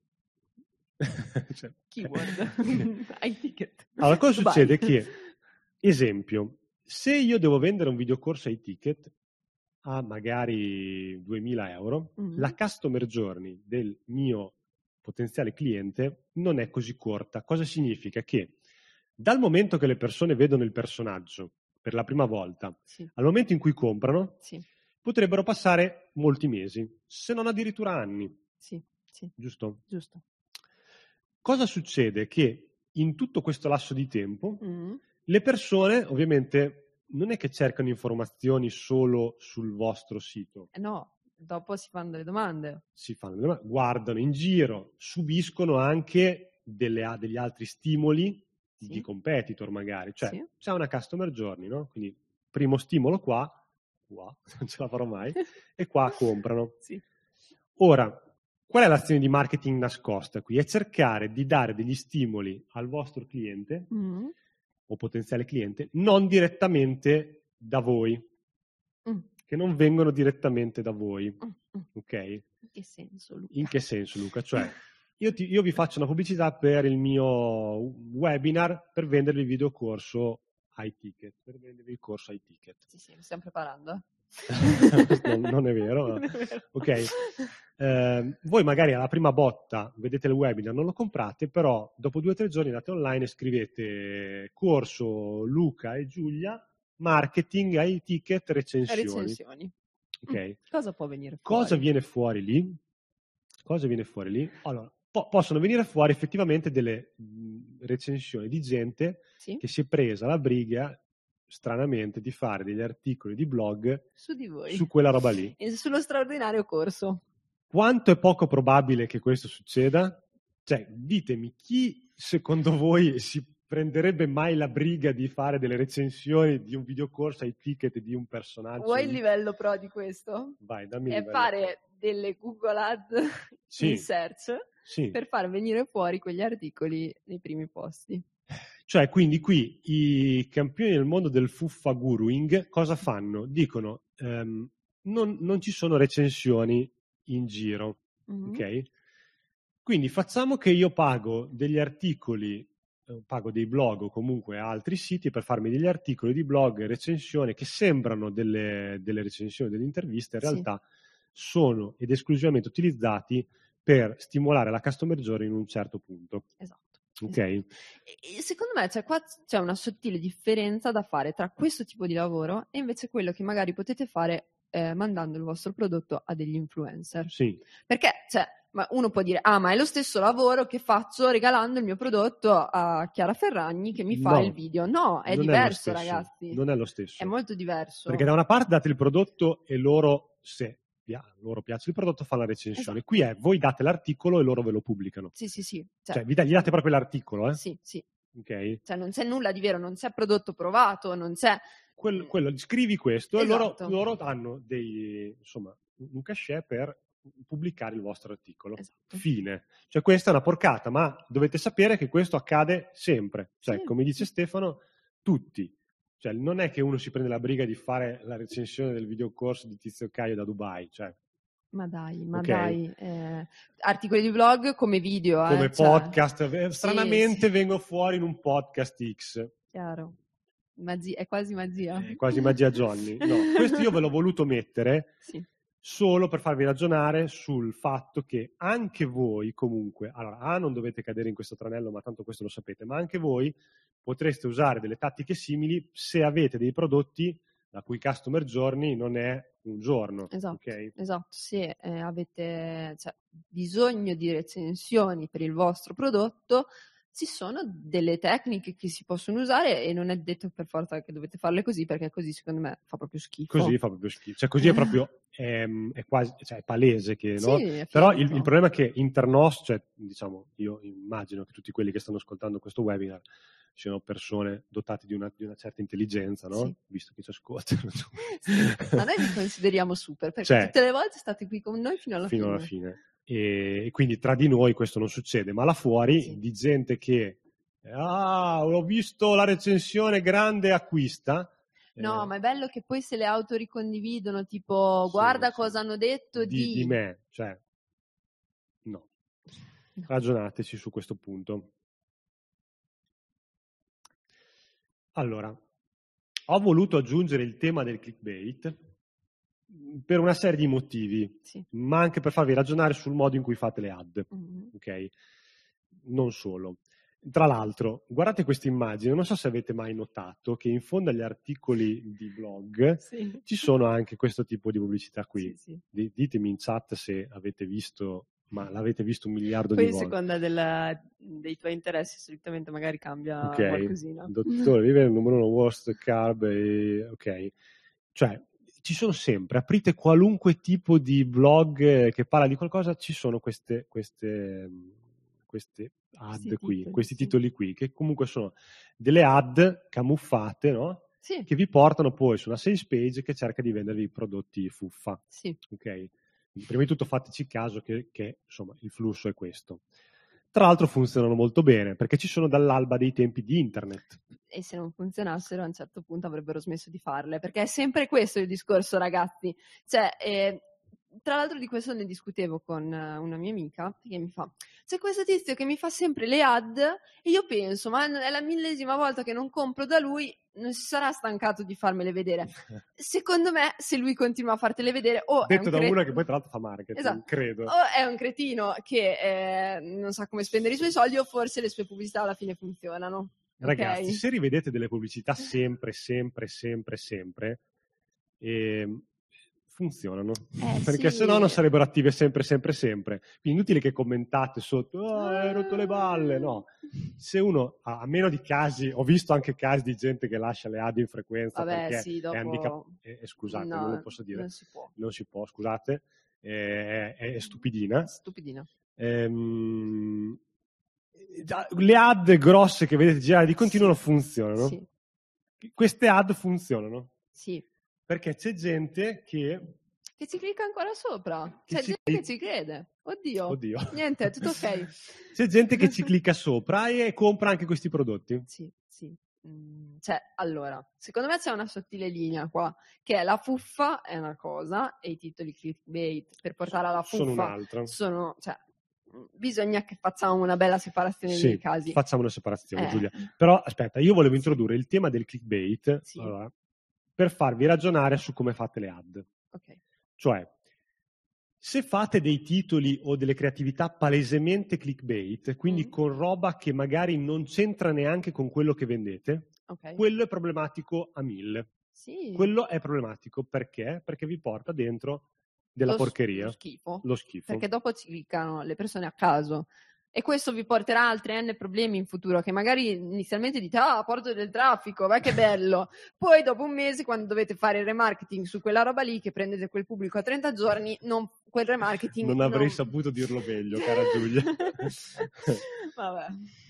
Cioè, Keyword. Ai ticket. allora, cosa Dubai. succede? Che, esempio, se io devo vendere un videocorso ai ticket a magari duemila euro, Mhm. la customer journey del mio potenziale cliente non è così corta. Cosa significa? Che dal momento che le persone vedono il personaggio per la prima volta Sì. al momento in cui comprano, Sì. potrebbero passare molti mesi, se non addirittura anni, Sì. Sì. giusto? Giusto. Cosa succede? Che in tutto questo lasso di tempo Mhm. le persone ovviamente non è che cercano informazioni solo sul vostro sito, Eh no, dopo si fanno delle domande. si fanno delle domande, guardano in giro, subiscono anche delle, degli altri stimoli Sì. di competitor magari, cioè Sì. c'è una customer journey, no? Quindi primo stimolo qua, qua, non ce la farò mai, e qua comprano. Sì. Ora, qual è l'azione di marketing nascosta qui? È cercare di dare degli stimoli al vostro cliente Mhm. o potenziale cliente non direttamente da voi, Mm. che non vengono direttamente da voi, Mm. Mm. ok? In che senso, Luca? In che senso, Luca? Cioè, io, ti- io vi faccio una pubblicità per il mio webinar per vendervi il videocorso ai ticket, per vendervi il corso ai ticket. Sì, sì, mi stiamo preparando. non, non è vero. Non è vero. Ok. Eh, voi magari alla prima botta vedete il webinar, non lo comprate, però dopo due o tre giorni andate online e scrivete corso Luca e Giulia, marketing ai ticket, recensioni. Recensioni. Ok. Mm. Cosa può venire fuori? Cosa viene fuori lì? Cosa viene fuori lì? Allora, po- possono venire fuori effettivamente delle mh, recensioni di gente Sì? che si è presa la briga, stranamente, di fare degli articoli di blog Su di voi. su quella roba lì. E sullo straordinario corso. Quanto è poco probabile che questo succeda? Cioè, ditemi, chi secondo voi si prenderebbe mai la briga di fare delle recensioni di un videocorso ai ticket di un personaggio? Vuoi il livello pro di questo? Vai, dammi il È livello fare delle Google Ads Sì. in search Sì. per far venire fuori quegli articoli nei primi posti. Cioè, quindi qui i campioni del mondo del fuffaguruing cosa fanno? Dicono, ehm, non, non ci sono recensioni in giro, Mhm. ok? Quindi facciamo che io pago degli articoli, eh, pago dei blog o comunque altri siti per farmi degli articoli di blog e recensioni che sembrano delle, delle recensioni, delle interviste, in Sì. realtà sono ed esclusivamente utilizzati per stimolare la customer journey in un certo punto. Esatto. Ok? E secondo me c'è qua c'è una sottile differenza da fare tra questo tipo di lavoro e invece quello che magari potete fare eh, mandando il vostro prodotto a degli influencer. Sì. Perché cioè, ma uno può dire, ah, ma è lo stesso lavoro che faccio regalando il mio prodotto a Chiara Ferragni che mi fa No, il video. No, è non diverso, è lo stesso, ragazzi. non è lo stesso. È molto diverso. Perché da una parte date il prodotto e loro, se loro piace il prodotto, fanno la recensione. Esatto. Qui è, voi date l'articolo e loro ve lo pubblicano. Sì, sì, sì. Cioè, cioè vi gli date proprio l'articolo, eh? Sì, sì. Ok? Cioè non c'è nulla di vero, non c'è prodotto provato, non c'è... Quello, quello scrivi questo Esatto. e loro, loro hanno dei, insomma, un cachet per pubblicare il vostro articolo. Esatto. Fine. Cioè questa è una porcata, ma dovete sapere che questo accade sempre. Cioè, Sì. come dice Stefano, tutti. Cioè, non è che uno si prende la briga di fare la recensione del videocorso di Tizio Caio da Dubai, cioè. Ma dai, ma Okay. dai. Eh, articoli di blog come video. Come eh, cioè. podcast. Stranamente Sì, sì. vengo fuori in un podcast X. Chiaro. Magia, è quasi magia. È quasi magia Johnny. No, questo io ve l'ho voluto mettere Sì. solo per farvi ragionare sul fatto che anche voi comunque, allora A, non dovete cadere in questo tranello, ma tanto questo lo sapete, ma anche voi potreste usare delle tattiche simili se avete dei prodotti la cui customer journey non è un giorno. Esatto, Okay? esatto. Se eh, avete cioè, bisogno di recensioni per il vostro prodotto, ci sono delle tecniche che si possono usare e non è detto per forza che dovete farle così, perché così secondo me fa proprio schifo. Così fa proprio schifo. Cioè così è proprio, è, è quasi, cioè è palese che, no? Sì, è Però il, finito. il problema è che internos, cioè diciamo, io immagino che tutti quelli che stanno ascoltando questo webinar siano persone dotate di una, di una certa intelligenza, no? Sì. Visto che ci ascoltano. Sì. Ma noi vi consideriamo super, perché Cioè, tutte le volte state qui con noi fino alla fino fine. alla fine. E, e quindi tra di noi questo non succede, ma là fuori Sì. di gente che ah, ho visto la recensione grande acquista. No, eh, ma è bello che poi se le auto ricondividono, tipo, sì, guarda sì. cosa hanno detto di, di... di me, cioè no. No. Ragionateci su questo punto. Allora, ho voluto aggiungere il tema del clickbait per una serie di motivi, Sì. ma anche per farvi ragionare sul modo in cui fate le ad, Mm-hmm. ok? Non solo. Tra l'altro, guardate questa immagine, non so se avete mai notato che in fondo agli articoli di blog Sì. ci sono anche questo tipo di pubblicità qui. Sì, sì. D- ditemi in chat se avete visto, ma l'avete visto un miliardo Poi di a volte. seconda della, dei tuoi interessi solitamente magari cambia Ok, qualcosina. dottore, vive il numero uno worst carb, e... ok. Cioè, ci sono sempre, aprite qualunque tipo di blog che parla di qualcosa, ci sono queste, queste, queste ad Questi qui, titoli, questi sì. titoli qui, che comunque sono delle ad camuffate, no? Sì. Che vi portano poi su una sales page che cerca di vendervi prodotti fuffa. Sì. Ok? Quindi, prima di tutto fateci caso che, che insomma il flusso è questo. Tra l'altro funzionano molto bene perché ci sono dall'alba dei tempi di internet. E se non funzionassero a un certo punto avrebbero smesso di farle, perché è sempre questo il discorso, ragazzi. Cioè, eh, tra l'altro di questo ne discutevo con una mia amica che mi fa, c'è questo tizio che mi fa sempre le ad e io penso, ma è la millesima volta che non compro da lui, non si sarà stancato di farmele vedere. Secondo me, se lui continua a fartele vedere, o detto è un da cre- una che poi tra l'altro fa marketing, esatto. credo. O è un cretino che eh, non sa come spendere i suoi soldi, o forse le sue pubblicità alla fine funzionano. Ragazzi, Okay? se rivedete delle pubblicità sempre, sempre, sempre, sempre, eh, funzionano. Eh, Perché sì. se no non sarebbero attive sempre, sempre, sempre. Quindi inutile che commentate sotto, oh, hai rotto le balle. No. Se uno, a, a meno di casi, ho visto anche casi di gente che lascia le ad in frequenza Vabbè, perché sì, dopo... è handicap... Eh, eh, scusate, no, non lo posso dire. Non si può. Non si può, scusate. Eh, è, è stupidina. Stupidina. Ehm... Le ad grosse che vedete girare di continuo Sì. funzionano. Sì. Queste ad funzionano. Sì. Perché c'è gente che... Che ci clicca ancora sopra. Che C'è ci gente clic- che ci crede. Oddio. Oddio. Niente, è tutto ok. C'è gente che ci clicca sopra e compra anche questi prodotti. Sì, sì. Mm, cioè, allora, secondo me c'è una sottile linea qua, che è la fuffa è una cosa e i titoli clickbait per portare alla fuffa Sono un'altra. sono, cioè, bisogna che facciamo una bella separazione Sì, dei casi. facciamo una separazione, Eh. Giulia. Però aspetta, io volevo Sì. introdurre il tema del clickbait Sì. allora, per farvi ragionare su come fate le ad. Ok. Cioè, Se fate dei titoli o delle creatività palesemente clickbait, quindi Mm. con roba che magari non c'entra neanche con quello che vendete, Ok. quello è problematico a mille. Sì. Quello è problematico perché? Perché vi porta dentro della Lo s- porcheria, Lo schifo. lo schifo. Perché dopo ci cliccano le persone a caso. E questo vi porterà a altri N problemi in futuro, che magari inizialmente dite, ah, porto del traffico, vai che bello. Poi dopo un mese, quando dovete fare il remarketing su quella roba lì, che prendete quel pubblico a trenta giorni, non, quel remarketing Non avrei non- saputo dirlo meglio, cara Giulia. Vabbè.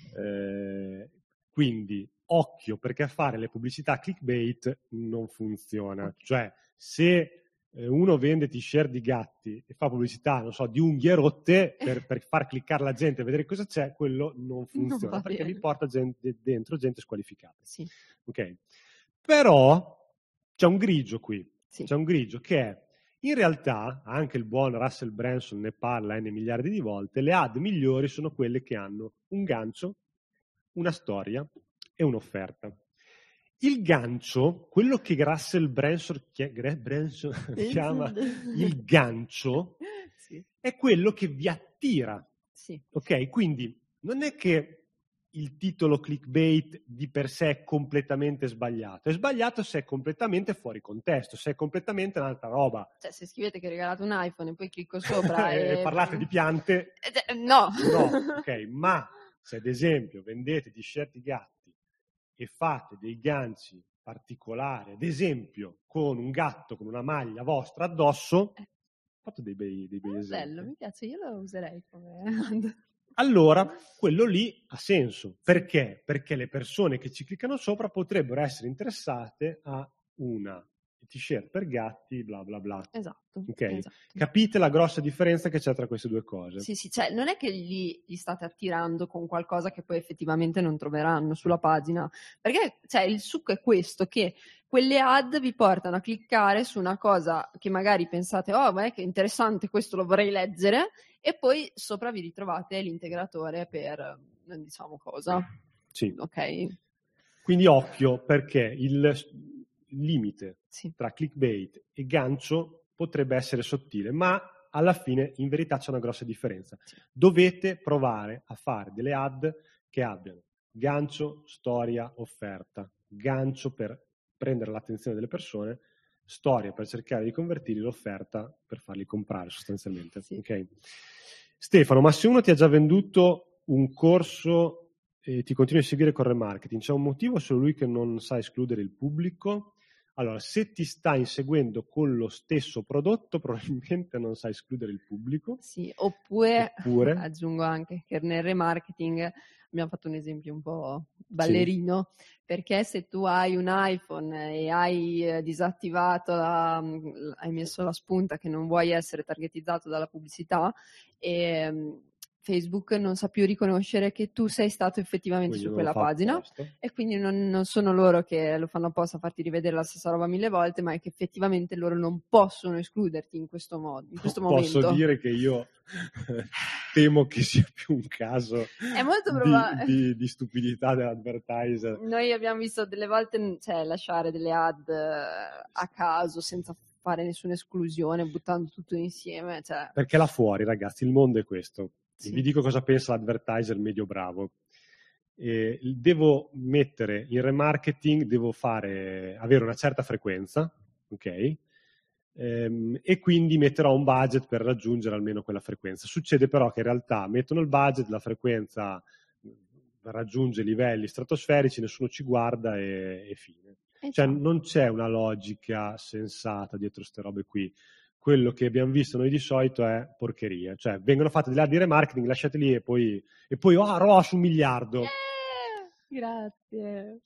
Eh, quindi, occhio, perché fare le pubblicità clickbait non funziona. Ok. Cioè, se eh, uno vende t-shirt di gatti e fa pubblicità, non so, di unghie rotte per, per far cliccare la gente e vedere cosa c'è, quello non funziona, va perché bene. vi porta gente, dentro gente squalificata. Sì, Ok? Però c'è un grigio qui, sì. c'è un grigio che è, in realtà, anche il buon Russell Branson ne parla n miliardi di volte, le ad migliori sono quelle che hanno un gancio, una storia e un'offerta. Il gancio, quello che Russell Branson, chi- Branson chiama il gancio, Sì, è quello che vi attira. sì. Ok? Quindi non è che il titolo clickbait di per sé è completamente sbagliato. È sbagliato se è completamente fuori contesto, se è completamente un'altra roba. Cioè, se scrivete che regalate un iPhone e poi clicco sopra e, e... e parlate di piante, Eh, no. no, ok, ma se ad esempio vendete t-shirt di gatti e fate dei ganci particolari, ad esempio con un gatto con una maglia vostra addosso, fate dei bei, dei bei È esempi. bello, mi piace, io lo userei come... Allora, quello lì ha senso. Perché? Perché le persone che ci cliccano sopra potrebbero essere interessate a una t-shirt per gatti, bla bla bla. Esatto, Ok? esatto. Capite la grossa differenza che c'è tra queste due cose? Sì, sì, cioè non è che li, li state attirando con qualcosa che poi effettivamente non troveranno sulla pagina, perché cioè, il succo è questo, che quelle ad vi portano a cliccare su una cosa che magari pensate, oh, ma è che interessante, questo lo vorrei leggere, e poi sopra vi ritrovate l'integratore per non diciamo cosa. Sì. Ok? Quindi occhio, perché il limite Sì. tra clickbait e gancio potrebbe essere sottile, ma alla fine in verità c'è una grossa differenza. Sì. Dovete provare a fare delle ad che abbiano gancio, storia, offerta, gancio per prendere l'attenzione delle persone, storia per cercare di convertirli, l'offerta per farli comprare sostanzialmente. Sì. Okay? Stefano, ma se uno ti ha già venduto un corso e ti continui a seguire con remarketing, c'è un motivo? Solo lui che non sa escludere il pubblico? Allora, se ti sta inseguendo con lo stesso prodotto, probabilmente non sa escludere il pubblico. Sì, oppure, Oppure? aggiungo anche che nel remarketing abbiamo fatto un esempio un po' ballerino, sì. Perché se tu hai un iPhone e hai eh, disattivato, la, hai messo la spunta che non vuoi essere targetizzato dalla pubblicità, e um, Facebook non sa più riconoscere che tu sei stato effettivamente quindi su quella pagina apposta. E quindi non, non sono loro che lo fanno apposta a farti rivedere la stessa roba mille volte, ma è che effettivamente loro non possono escluderti in questo modo, in questo Posso momento. dire che io temo che sia più un caso è molto proba- di, di, di stupidità dell'advertiser. Noi abbiamo visto delle volte, cioè, lasciare delle ad a caso senza fare nessuna esclusione, buttando tutto insieme. Cioè... Perché là fuori, ragazzi, il mondo è questo. Sì. Vi dico cosa pensa l'advertiser medio bravo. Eh, devo mettere in remarketing, devo fare, avere una certa frequenza, ok? Ehm, e quindi metterò un budget per raggiungere almeno quella frequenza. Succede però che in realtà mettono il budget, la frequenza raggiunge livelli stratosferici, nessuno ci guarda e, e fine. Esatto. Cioè non c'è una logica sensata dietro ste robe qui. Quello che abbiamo visto noi di solito è porcheria, cioè vengono fatte delle ad di remarketing, lasciate lì e poi, e poi oh, Ross un miliardo. Yeah! Grazie.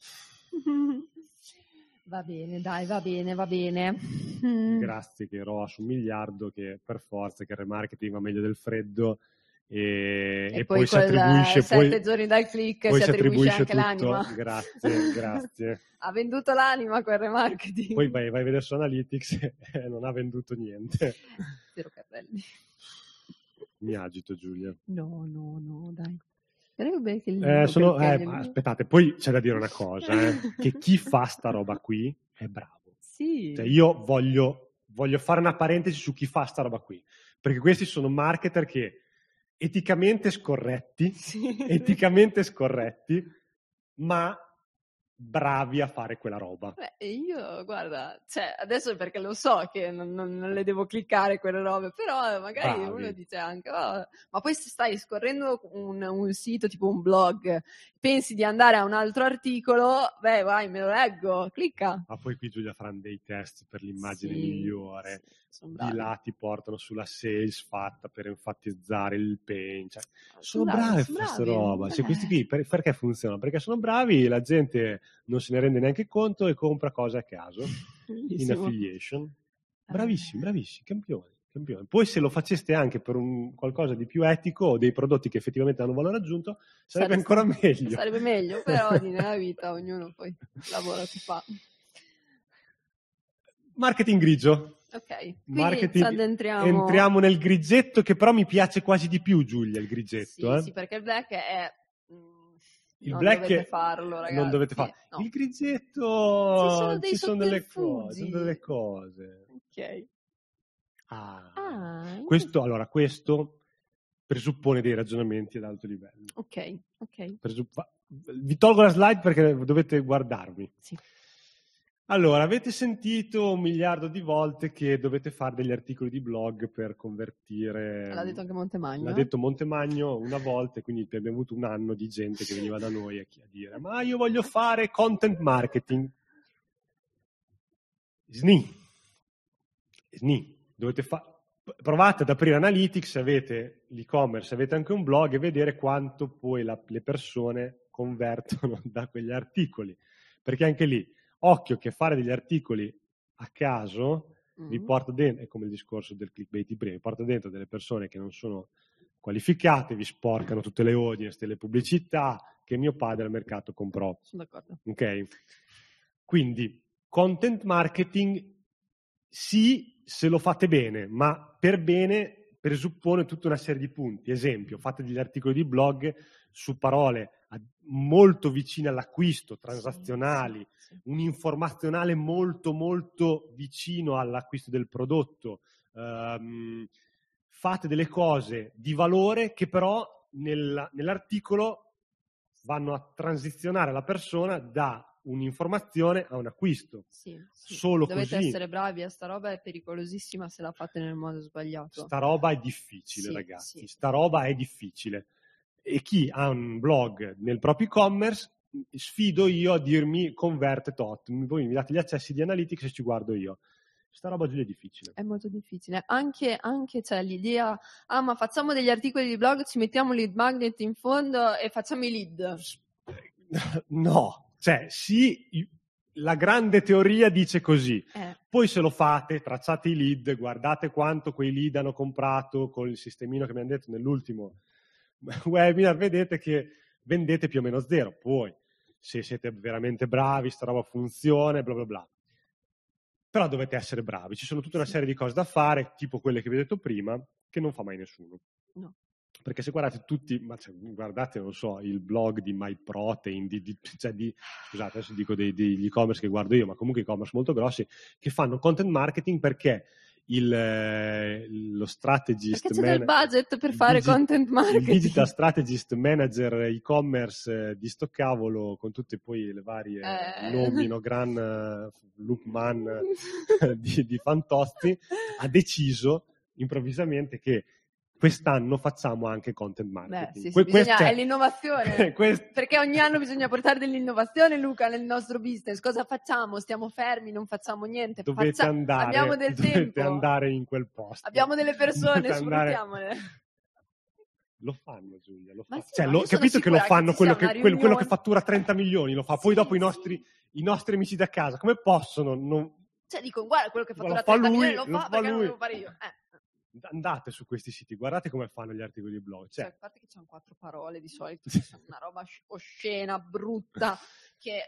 Va bene, dai, va bene, va bene. Grazie che Ross un miliardo, che per forza che il remarketing va meglio del freddo e, e, e poi, poi si attribuisce sette poi, giorni dal click poi si attribuisce, attribuisce anche tutto. l'anima. Grazie, grazie. Ha venduto l'anima quel remarketing. Poi vai, vai a vedere su Analytics e non ha venduto niente. Zero carrelli. Mi agito, Giulia. No, no, no, dai. Che eh, sono, eh, aspettate, poi c'è da dire una cosa, eh, che chi fa sta roba qui è bravo. Sì. Cioè io voglio, voglio fare una parentesi su chi fa sta roba qui, Perché questi sono marketer che eticamente scorretti, Sì. eticamente scorretti, ma bravi a fare quella roba. Beh, io, guarda, cioè, adesso perché lo so che non, non- non le devo cliccare quelle robe, però magari Bravi. uno dice anche, "Oh, ma poi se stai scorrendo un, un sito tipo un blog, pensi di andare a un altro articolo, beh, vai, me lo leggo, clicca." Ma poi qui Giulia faranno dei test per l'immagine Sì, migliore. sì, sono Di bravi. là ti portano sulla sales fatta per enfatizzare il pain. Cioè, sono bravi, bravi a sono fare sta bravi. roba. Cioè, Eh. questi qui per- perché funzionano? Perché sono bravi, la gente non se ne rende neanche conto e compra cose a caso in Bellissimo. affiliation. Bravissimi, bravissimi, campioni, campioni. Poi se lo faceste anche per un qualcosa di più etico o dei prodotti che effettivamente hanno valore aggiunto, sarebbe ancora meglio. Sarebbe meglio, però di nella vita ognuno poi lavora che fa. Marketing grigio. Ok, quindi Marketing, ci addentriamo. entriamo nel grigetto, che però mi piace quasi di più, Giulia, il grigetto. Sì, eh? sì, perché il black è... mm, Il non black dovete farlo, ragazzi. non dovete farlo. No. Il grigetto Ci sono dei ci sono delle cose, sotterfugi. sono delle cose. Ok. Ah. Ah, Questo, allora, questo presuppone dei ragionamenti ad alto livello. ok, ok. Presupp- va- vi tolgo la slide perché dovete guardarmi. Sì. Allora, avete sentito un miliardo di volte che dovete fare degli articoli di blog per convertire... L'ha detto anche Montemagno. L'ha eh? detto Montemagno una volta, quindi abbiamo avuto un anno di gente che veniva da noi a dire ma io voglio fare content marketing. Sni. Sni. Dovete fare... Provate ad aprire Analytics, avete l'e-commerce, avete anche un blog e vedere quanto poi la- le persone convertono da quegli articoli. Perché anche lì, occhio che fare degli articoli a caso vi Mm. porta dentro, è come il discorso del clickbait di prima, vi porta dentro delle persone che non sono qualificate, vi sporcano tutte le audience, le pubblicità che mio padre al mercato comprò. Sono d'accordo. Ok? Quindi, content marketing sì, se lo fate bene, ma per bene presuppone tutta una serie di punti. Esempio, fate degli articoli di blog su parole molto vicine all'acquisto, transazionali, Sì, sì. un informazionale molto molto vicino all'acquisto del prodotto. Um, fate delle cose di valore che però nel, nell'articolo vanno a transizionare la persona da un'informazione a un acquisto. Sì, sì. Solo Dovete così. essere bravi, a sta roba è pericolosissima se la fate nel modo sbagliato. Sta roba è difficile, Sì, ragazzi. sì. Sta roba è difficile. E chi ha un blog nel proprio e-commerce, sfido io a dirmi converte tot. Voi mi date gli accessi di Analytics e ci guardo io. Sta roba giù è difficile. È molto difficile. Anche, anche c'è l'idea, ah, ma facciamo degli articoli di blog, ci mettiamo lead magnet in fondo e facciamo i lead. No, cioè sì, la grande teoria dice così. Eh. Poi se lo fate, tracciate i lead, guardate quanto quei lead hanno comprato con il sistemino che mi hanno detto nell'ultimo webinar, vedete che vendete più o meno zero. Poi, se siete veramente bravi, sta roba funziona, bla bla bla. Però dovete essere bravi. Ci sono tutta una serie di cose da fare, tipo quelle che vi ho detto prima, che non fa mai nessuno. No. Perché se guardate tutti, ma cioè, guardate, non so, il blog di MyProtein, di, di, cioè di, scusate, adesso dico dei, degli e-commerce che guardo io, ma comunque e-commerce molto grossi, che fanno content marketing perché il, eh, lo strategist... Perché c'è man- del budget per fare digi- content marketing. Il digital strategist manager e-commerce eh, di sto cavolo, con tutte poi le varie Eh. nomi, no, Gran, uh, Loopman uh, di, di Fantozzi, ha deciso improvvisamente che quest'anno facciamo anche content marketing. Beh, sì, sì, Que- bisogna, quest- è l'innovazione. quest- Perché ogni anno bisogna portare dell'innovazione, Luca, nel nostro business. Cosa facciamo? Stiamo fermi, non facciamo niente. Dovete Faccia- andare, abbiamo del dovete tempo. andare in quel posto. Abbiamo delle persone, Dovete andare- sfruttiamole. Lo fanno, Giulia, lo Ma fanno. sì, Cioè, ma lo- io sono capito che lo sicura che fanno ci quello sia che, una quello, quello che riunione. fattura trenta milioni, lo fa. Poi Sì, dopo i sì. nostri, i nostri amici da casa, come possono? Non... Cioè, dico, guarda, quello che Lo fattura fa trenta lui, milioni lo lo fa, fa perché non lui. lo devo fare io. Eh. Andate su questi siti, guardate come fanno gli articoli di blog. Cioè, Cioè, a parte che c'hanno quattro parole di solito, che sono una roba sc- oscena, brutta, che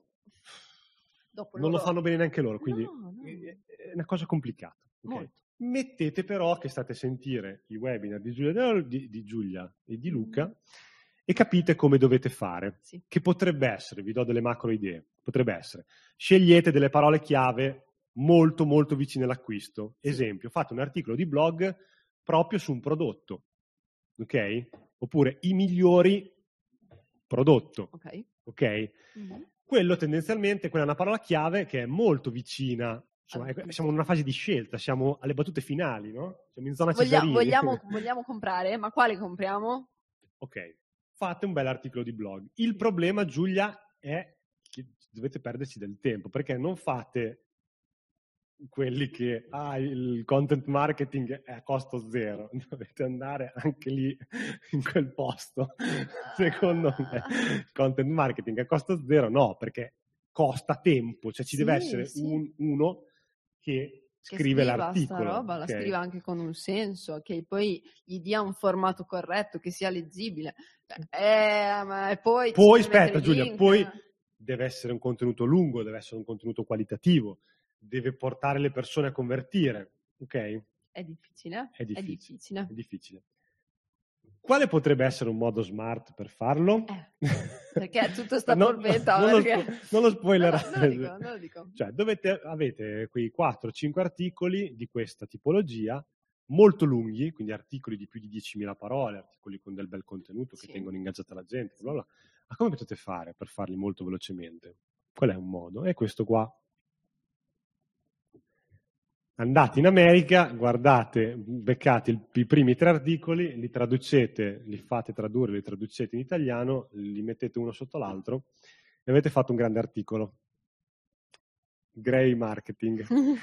dopo non lo loro- fanno bene neanche loro, quindi No, no. è una cosa complicata. ok? Molto. Mettete però che state a sentire i webinar di Giulia, di, di Giulia e di Luca Mm. e capite come dovete fare. Sì. Che potrebbe essere, vi do delle macro idee, potrebbe essere, scegliete delle parole chiave molto molto vicine all'acquisto. Sì. Esempio, fate un articolo di blog proprio su un prodotto, ok? Oppure i migliori prodotto, Ok. ok? Mm-hmm. Quello tendenzialmente, quella è una parola chiave che è molto vicina, insomma, Allora, è, siamo in una fase di scelta, siamo alle battute finali, no? Siamo in zona Voglia, Cesarini. vogliamo, vogliamo comprare, ma quale compriamo? Ok, fate un bel articolo di blog. Il problema, Giulia, è che dovete perderci del tempo, perché non fate quelli che ah, il content marketing è a costo zero, dovete andare anche lì in quel posto. Secondo me content marketing a costo zero no, perché costa tempo, cioè ci Sì, deve essere sì. un, uno che Che scrive scriva l'articolo, sta roba, ok? la scriva anche con un senso, che poi gli dia un formato corretto, che sia leggibile. Eh, ma e poi Poi, ci devi mettere aspetta i Giulia, link. poi deve essere un contenuto lungo, deve essere un contenuto qualitativo, deve portare le persone a convertire, ok? È difficile, È difficile. è difficile. È difficile. Quale potrebbe essere un modo smart per farlo? Eh, perché tutta sta no, polpetta? non, Perché... lo, non lo spoilerate. Non lo dico, non lo dico. Cioè, dovete, avete quei quattro cinque articoli di questa tipologia, molto lunghi, quindi articoli di più di diecimila parole, articoli con del bel contenuto che Sì. tengono ingaggiata la gente, bla bla. Ma come potete fare per farli molto velocemente? Qual è un modo? È questo qua. Andate in America, guardate, beccate il, i primi tre articoli, li traducete, li fate tradurre, li traducete in italiano, li mettete uno sotto l'altro e avete fatto un grande articolo. Grey marketing.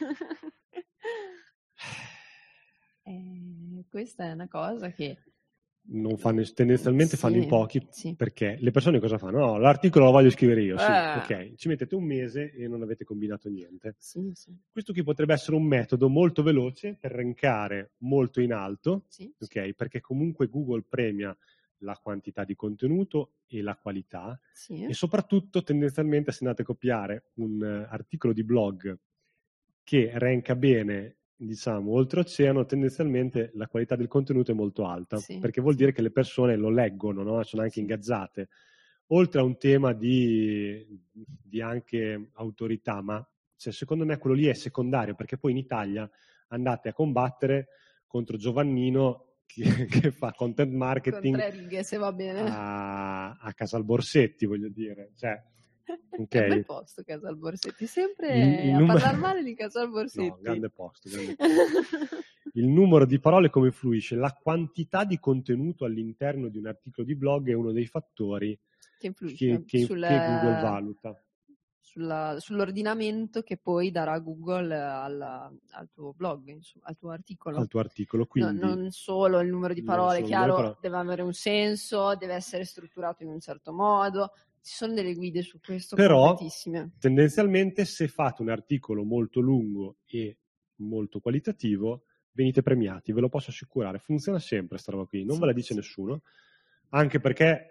eh, questa è una cosa che... Non fanno, tendenzialmente sì, fanno in pochi, sì. perché le persone cosa fanno? No, l'articolo lo voglio scrivere io, sì, Eh. ok, ci mettete un mese e non avete combinato niente. Sì, sì. Questo qui potrebbe essere un metodo molto veloce per rankare molto in alto, Sì, ok, sì. Perché comunque Google premia la quantità di contenuto e la qualità, sì. E soprattutto tendenzialmente se andate a copiare un uh, articolo di blog che ranka bene, diciamo, oltreoceano, tendenzialmente la qualità del contenuto è molto alta, sì, perché vuol sì. dire che le persone lo leggono, no? Sono anche sì. ingaggiate. Oltre a un tema di, di anche autorità, ma cioè, secondo me quello lì è secondario, perché poi in Italia andate a combattere contro Giovannino che, che fa content marketing con tre righe, se va bene. a, a Casalborsetti, voglio dire. Cioè, okay. È un bel posto Casalborsetti, sempre il, il a numero... parlare male di Casalborsetti. No, grande posto, grande posto. Il numero di parole come influisce? La quantità di contenuto all'interno di un articolo di blog è uno dei fattori che, influisce che, che, sul, che Google valuta. Sulla, sull'ordinamento che poi darà Google al, al tuo blog, insomma, al tuo articolo. Al tuo articolo, quindi... No, non solo il numero di parole, chiaro, parole. deve avere un senso, deve essere strutturato in un certo modo. Ci sono delle guide su questo Però, completissime. tendenzialmente, se fate un articolo molto lungo e molto qualitativo, venite premiati, ve lo posso assicurare. Funziona sempre sta roba qui, non sì, ve la dice sì. nessuno, anche perché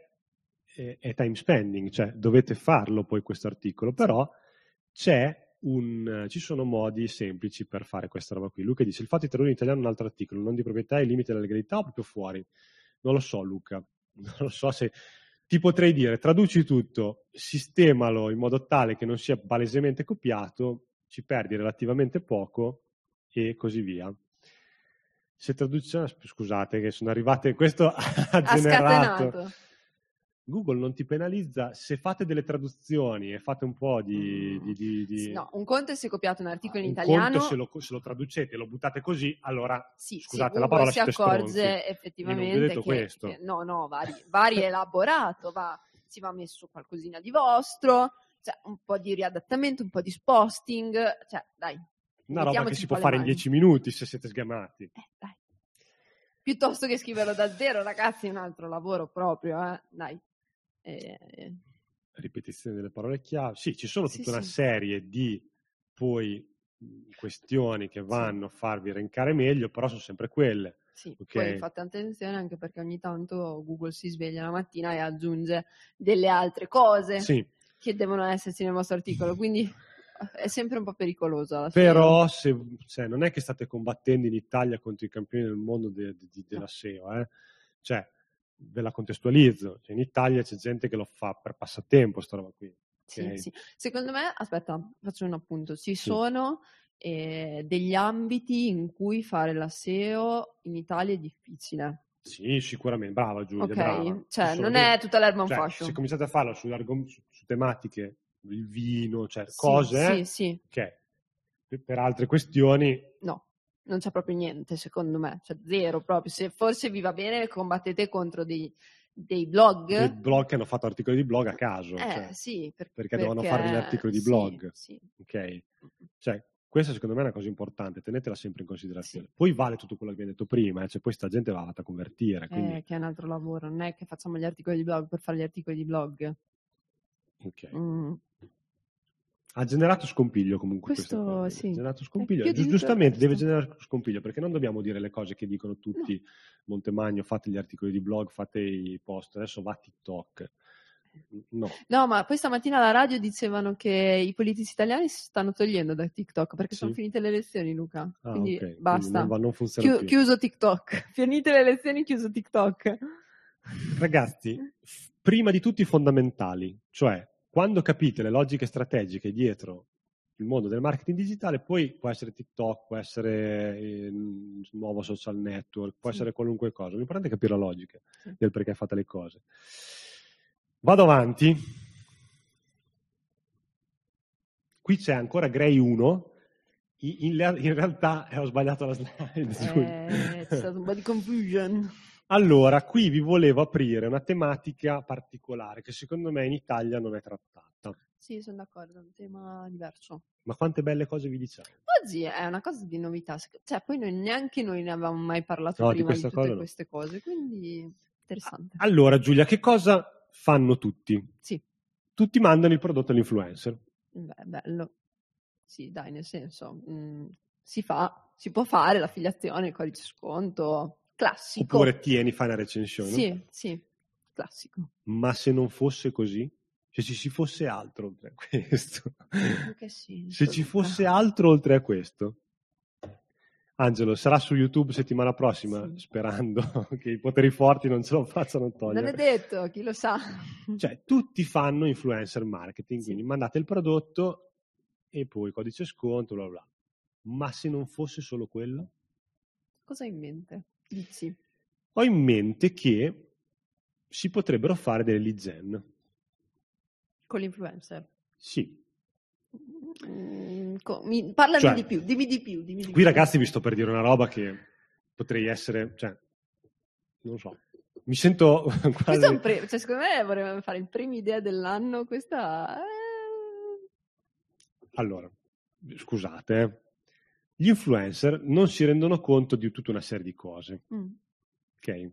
è, è time spending, cioè dovete farlo poi questo articolo, però sì. c'è un, ci sono modi semplici per fare questa roba qui. Luca dice, il fatto di tradurre in italiano un altro articolo, non di proprietà e limite della legalità o proprio fuori? Non lo so, Luca, non lo so se... Ti potrei dire, traduci tutto, sistemalo in modo tale che non sia palesemente copiato, ci perdi relativamente poco e così via. Se traduzione, scusate che sono arrivate, questo ha, ha generato. Scatenato. Google non ti penalizza se fate delle traduzioni e fate un po' di... Mm. di, di, di... No, un conto è se copiate un articolo in un italiano. Conto se lo, se lo traducete e lo buttate così, allora sì, scusate sì, la parola, si siete accorge stronzi. effettivamente Io non vi ho detto che, questo. che no, no, vari, vari elaborato, va, si va messo qualcosina di vostro, cioè un po' di riadattamento, un po' di sposting, cioè dai. Una roba che si può fare in dieci minuti se siete sgamati. Eh, dai. Piuttosto che scriverlo da zero, ragazzi, è un altro lavoro proprio, eh, dai. Eh... Ripetizione delle parole chiave. Sì, ci sono tutta sì, una sì. serie di poi questioni che vanno sì. a farvi elencare meglio, però sono sempre quelle. Sì, okay? Poi fate attenzione anche perché ogni tanto Google si sveglia la mattina e aggiunge delle altre cose sì. che devono esserci nel vostro articolo, quindi è sempre un po' pericoloso alla Però se, cioè, non è che state combattendo in Italia contro i campioni del mondo de, de, de, della no. S E O, eh? Cioè, ve la contestualizzo, cioè, in Italia c'è gente che lo fa per passatempo sta roba qui. Sì, okay? sì. Secondo me, aspetta, faccio un appunto, ci sì. sono eh, degli ambiti in cui fare la S E O in Italia è difficile. Sì, sicuramente, brava Giulia, Ok, brava. cioè Ci non dei... è tutta l'erba un cioè, fascio. se cominciate a farlo su, su, su tematiche, il vino, cioè Sì, cose, sì, sì. che per altre questioni... No, non c'è proprio niente, secondo me, cioè zero proprio. Se forse vi va bene, combattete contro dei, dei blog. Dei blog che hanno fatto articoli di blog a caso. Eh, cioè, sì, per, perché, perché dovevano farvi gli articoli di sì, blog. Sì. Ok? Cioè, questa secondo me è una cosa importante, tenetela sempre in considerazione. Sì. Poi vale tutto quello che vi ho detto prima, eh? Cioè poi sta gente va a convertire. Quindi... Eh, che è un altro lavoro, non è che facciamo gli articoli di blog per fare gli articoli di blog. Ok. Mm. Ha generato scompiglio comunque Questo, queste cose. sì. Ha generato scompiglio. Più Gi- di giustamente deve resto. generare scompiglio, perché non dobbiamo dire le cose che dicono tutti. No. Montemagno, fate gli articoli di blog, fate i post, adesso va TikTok. No. No, ma poi stamattina alla radio dicevano che i politici italiani si stanno togliendo da TikTok perché Sì. sono finite le elezioni, Luca. Ah, Quindi okay. basta. Quindi non, va, non funziona Chiu- più. Chiuso TikTok. Finite le elezioni, chiuso TikTok. Ragazzi, f- prima di tutti i fondamentali, cioè quando capite le logiche strategiche dietro il mondo del marketing digitale, poi può essere TikTok, può essere il nuovo social network, può sì. essere qualunque cosa. L'importante è capire la logica sì. del perché fate le cose. Vado avanti. Qui c'è ancora Grey uno. In, in realtà ho sbagliato la slide. Eh, c'è stato un po' di confusion. Allora, qui vi volevo aprire una tematica particolare che secondo me in Italia non è trattata. Sì, sono d'accordo, è un tema diverso. Ma quante belle cose vi diciamo. Oggi è una cosa di novità, cioè poi noi neanche noi ne avevamo mai parlato no, prima di, di tutte cosa queste no. cose, quindi interessante. Allora Giulia, che cosa fanno tutti? Sì. Tutti mandano il prodotto all'influencer. Beh, bello. Sì, dai, nel senso, mh, si fa, si può fare l'affiliazione, il codice sconto, classico. Oppure tieni, fai una recensione. Sì, sì, classico. Ma se non fosse così? Se ci si fosse altro oltre a questo? Che senso, se ci Luca? fosse altro oltre a questo? Angelo, sarà su YouTube settimana prossima, sì. Sperando che i poteri forti non ce lo facciano togliere. Non è detto, chi lo sa. Cioè, tutti fanno influencer marketing, Sì. quindi mandate il prodotto e poi codice sconto, bla bla. Ma se non fosse solo quello? Cosa hai in mente? Dici. Ho in mente che si potrebbero fare delle lead gen. Con l'influencer? Sì. Mm, mi, parlami cioè, di più, dimmi di più. Dimmi di qui più. ragazzi vi sto per dire una roba che potrei essere, cioè, non so, mi sento quasi... Questo è un pre- cioè, secondo me vorremmo fare il primo idea dell'anno, questa... Eh... Allora, scusate, eh. Gli influencer non si rendono conto di tutta una serie di cose. Mm. Ok?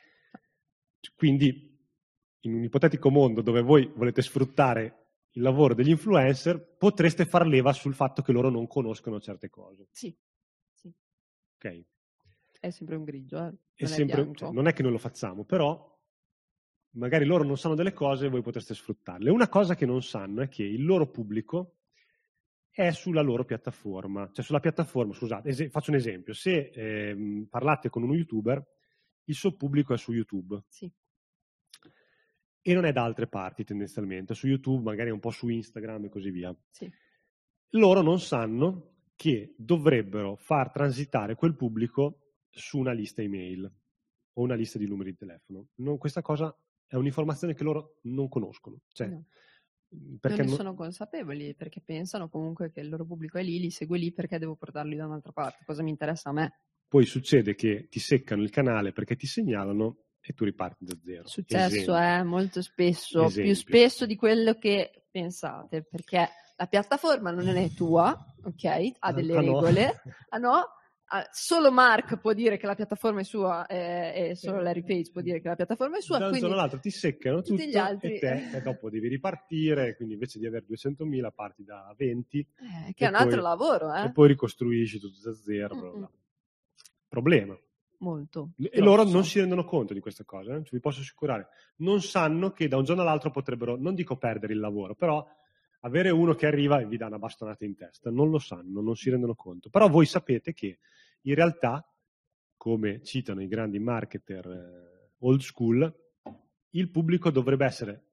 Quindi, in un ipotetico mondo dove voi volete sfruttare il lavoro degli influencer, potreste far leva sul fatto che loro non conoscono certe cose. Sì. sì. Ok? È sempre un grigio, eh? Non è, è sempre, cioè, non è che noi lo facciamo, però magari loro non sanno delle cose e voi potreste sfruttarle. Una cosa che non sanno è che il loro pubblico è sulla loro piattaforma, cioè sulla piattaforma, scusate, es- faccio un esempio, se ehm, parlate con uno youtuber, il suo pubblico è su YouTube. Sì. E non è da altre parti tendenzialmente, su YouTube, magari un po' su Instagram e così via. Sì. Loro non sanno che dovrebbero far transitare quel pubblico su una lista email o una lista di numeri di telefono. Non, questa cosa è un'informazione che loro non conoscono. Cioè, no. perché non ne non... sono consapevoli, perché pensano comunque che il loro pubblico è lì, li segue lì, perché devo portarli da un'altra parte, cosa mi interessa a me. Poi succede che ti seccano il canale perché ti segnalano e tu riparti da zero. Successo, eh, molto spesso, Esempio. più spesso di quello che pensate, perché la piattaforma non è tua, ok? Ha delle ah, regole, no. ah no? Ah, solo Mark può dire che la piattaforma è sua eh, e solo Larry Page può dire che la piattaforma è sua. Da un quindi giorno all'altro ti seccano tutti tutto gli altri... e te e dopo devi ripartire, quindi invece di avere duecentomila parti da venti. Eh, che è un altro poi, lavoro, eh? E poi ricostruisci tutto da zero. Bla bla. Problema. Molto. E grosso. loro non si rendono conto di questa cosa, eh? Cioè, vi posso assicurare. Non sanno che da un giorno all'altro potrebbero, non dico perdere il lavoro, però avere uno che arriva e vi dà una bastonata in testa. Non lo sanno, non si rendono conto. Però voi sapete che in realtà, come citano i grandi marketer eh, old school, il pubblico dovrebbe essere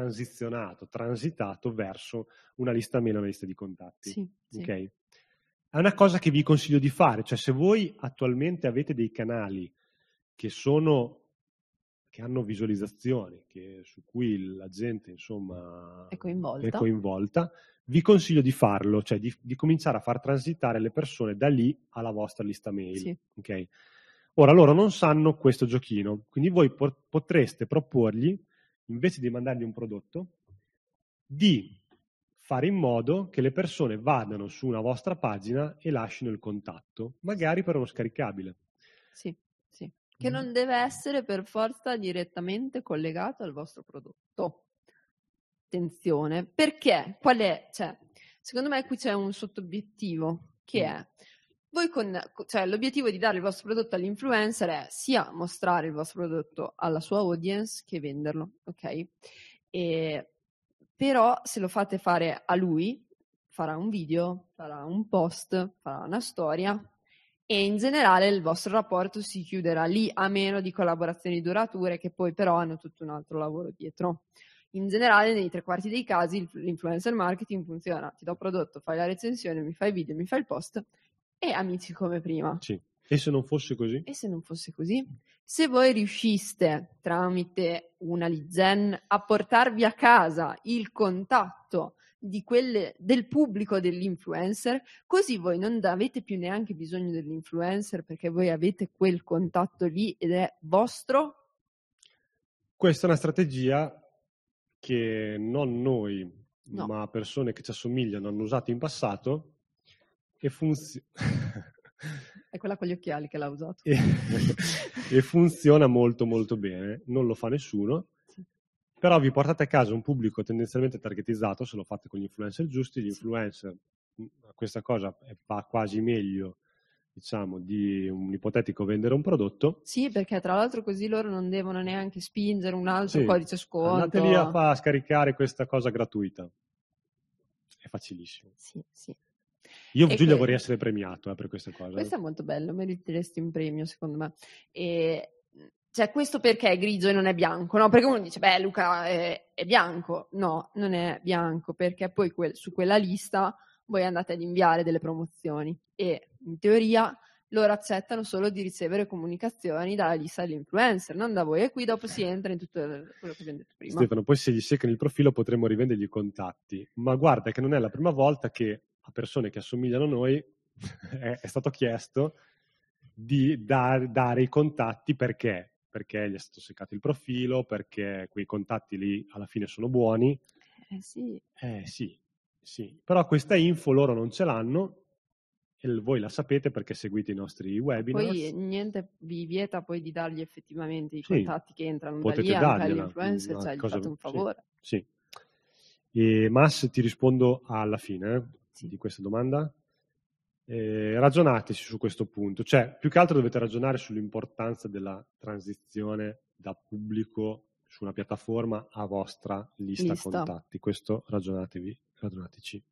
transizionato, transitato verso una lista mail, una lista di contatti. Sì, sì. Okay? è una cosa che vi consiglio di fare, cioè se voi attualmente avete dei canali che sono che hanno visualizzazioni, che, su cui la gente insomma È coinvolta. è coinvolta, vi consiglio di farlo, cioè di, di cominciare a far transitare le persone da lì alla vostra lista mail. Sì. Okay? Ora loro non sanno questo giochino, quindi voi po- potreste proporgli, invece di mandargli un prodotto, di fare in modo che le persone vadano su una vostra pagina e lasciano il contatto, magari per uno scaricabile. Sì, sì. Che non deve essere per forza direttamente collegato al vostro prodotto. Attenzione, perché? Qual è? Cioè, secondo me qui c'è un sottobiettivo, che Mm. è voi con, cioè l'obiettivo di dare il vostro prodotto all'influencer è sia mostrare il vostro prodotto alla sua audience che venderlo, ok? E, però se lo fate fare a lui, farà un video, farà un post, farà una storia e in generale il vostro rapporto si chiuderà lì, a meno di collaborazioni durature che poi però hanno tutto un altro lavoro dietro. In generale, nei tre quarti dei casi, l'influencer marketing funziona. Ti do prodotto, fai la recensione, mi fai video, mi fai il post e amici come prima. Sì. E se non fosse così? E se non fosse così? Se voi riusciste, tramite una lead gen, a portarvi a casa il contatto di quelle, del pubblico dell'influencer, così voi non avete più neanche bisogno dell'influencer perché voi avete quel contatto lì ed è vostro. Questa è una strategia che non noi, no. ma persone che ci assomigliano hanno usato in passato e funziona. È quella con gli occhiali che l'ha usato. e, e funziona molto molto bene. Non lo fa nessuno. Sì. Però vi portate a casa un pubblico tendenzialmente targetizzato, se lo fate con gli influencer giusti. Gli influencer, questa cosa va quasi meglio, diciamo, di un ipotetico vendere un prodotto. Sì, perché tra l'altro così loro non devono neanche spingere un altro sì, codice sconto. Andate lì a, fa, a scaricare questa cosa gratuita. È facilissimo. Sì, sì. Io, e Giulia, que- vorrei essere premiato eh, per queste cose. Questo è molto bello, meriteresti un premio, secondo me. E, cioè, questo perché è grigio e non è bianco, no? Perché uno dice, beh, Luca è, è bianco. No, non è bianco, perché poi quel, su quella lista voi andate ad inviare delle promozioni e, in teoria, loro accettano solo di ricevere comunicazioni dalla lista dell'influencer, non da voi. E qui dopo si entra in tutto quello che vi ho detto prima. Stefano, poi se gli seccano il profilo potremmo rivendergli i contatti. Ma guarda che non è la prima volta che a persone che assomigliano a noi è, è stato chiesto di dar, dare i contatti perché? Perché gli è stato seccato il profilo, perché quei contatti lì alla fine sono buoni. Eh sì. Eh sì, sì. Però questa info loro non ce l'hanno e voi la sapete perché seguite i nostri webinar. Poi niente vi vieta poi di dargli effettivamente i sì, contatti che entrano da potete lì anche dargliela, all'influencer, cioè gli cosa, fate un favore. Sì, sì. E Mas, ti rispondo alla fine eh, sì. di questa domanda. Eh, ragionateci su questo punto, cioè più che altro dovete ragionare sull'importanza della transizione da pubblico su una piattaforma a vostra lista, lista. contatti. Questo ragionatevi, ragionateci.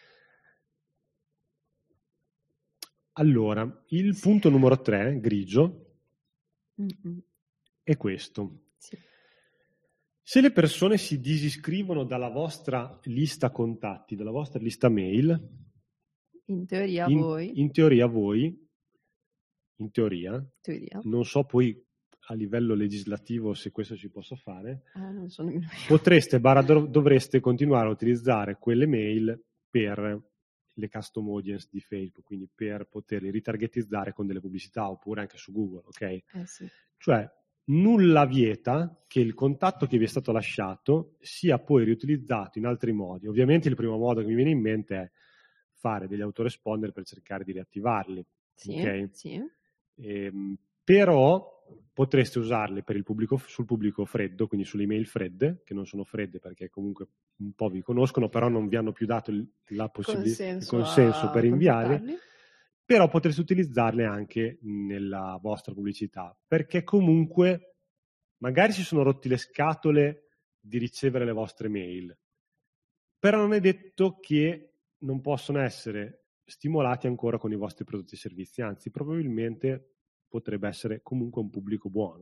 Allora, il sì. punto numero tre, grigio, mm-hmm. è questo. Sì. Se le persone si disiscrivono dalla vostra lista contatti, dalla vostra lista mail, in teoria in, voi, in teoria voi, in teoria, teoria, non so poi a livello legislativo se questo si possa fare, ah, non sono io. potreste, barra dovreste continuare a utilizzare quelle mail per le custom audience di Facebook, quindi per poterli ritargetizzare con delle pubblicità oppure anche su Google, ok? Eh sì. Cioè, nulla vieta che il contatto che vi è stato lasciato sia poi riutilizzato in altri modi. Ovviamente il primo modo che mi viene in mente è fare degli autoresponder per cercare di riattivarli. Sì, okay? sì. Ehm, però potreste usarli per il pubblico, sul pubblico freddo, quindi sulle email fredde, che non sono fredde perché comunque un po' vi conoscono, però non vi hanno più dato il, la possibilità, il consenso per inviarli. Però potreste utilizzarle anche nella vostra pubblicità, perché comunque magari si sono rotti le scatole di ricevere le vostre mail, però non è detto che non possono essere stimolati ancora con i vostri prodotti e servizi, anzi probabilmente potrebbe essere comunque un pubblico buono.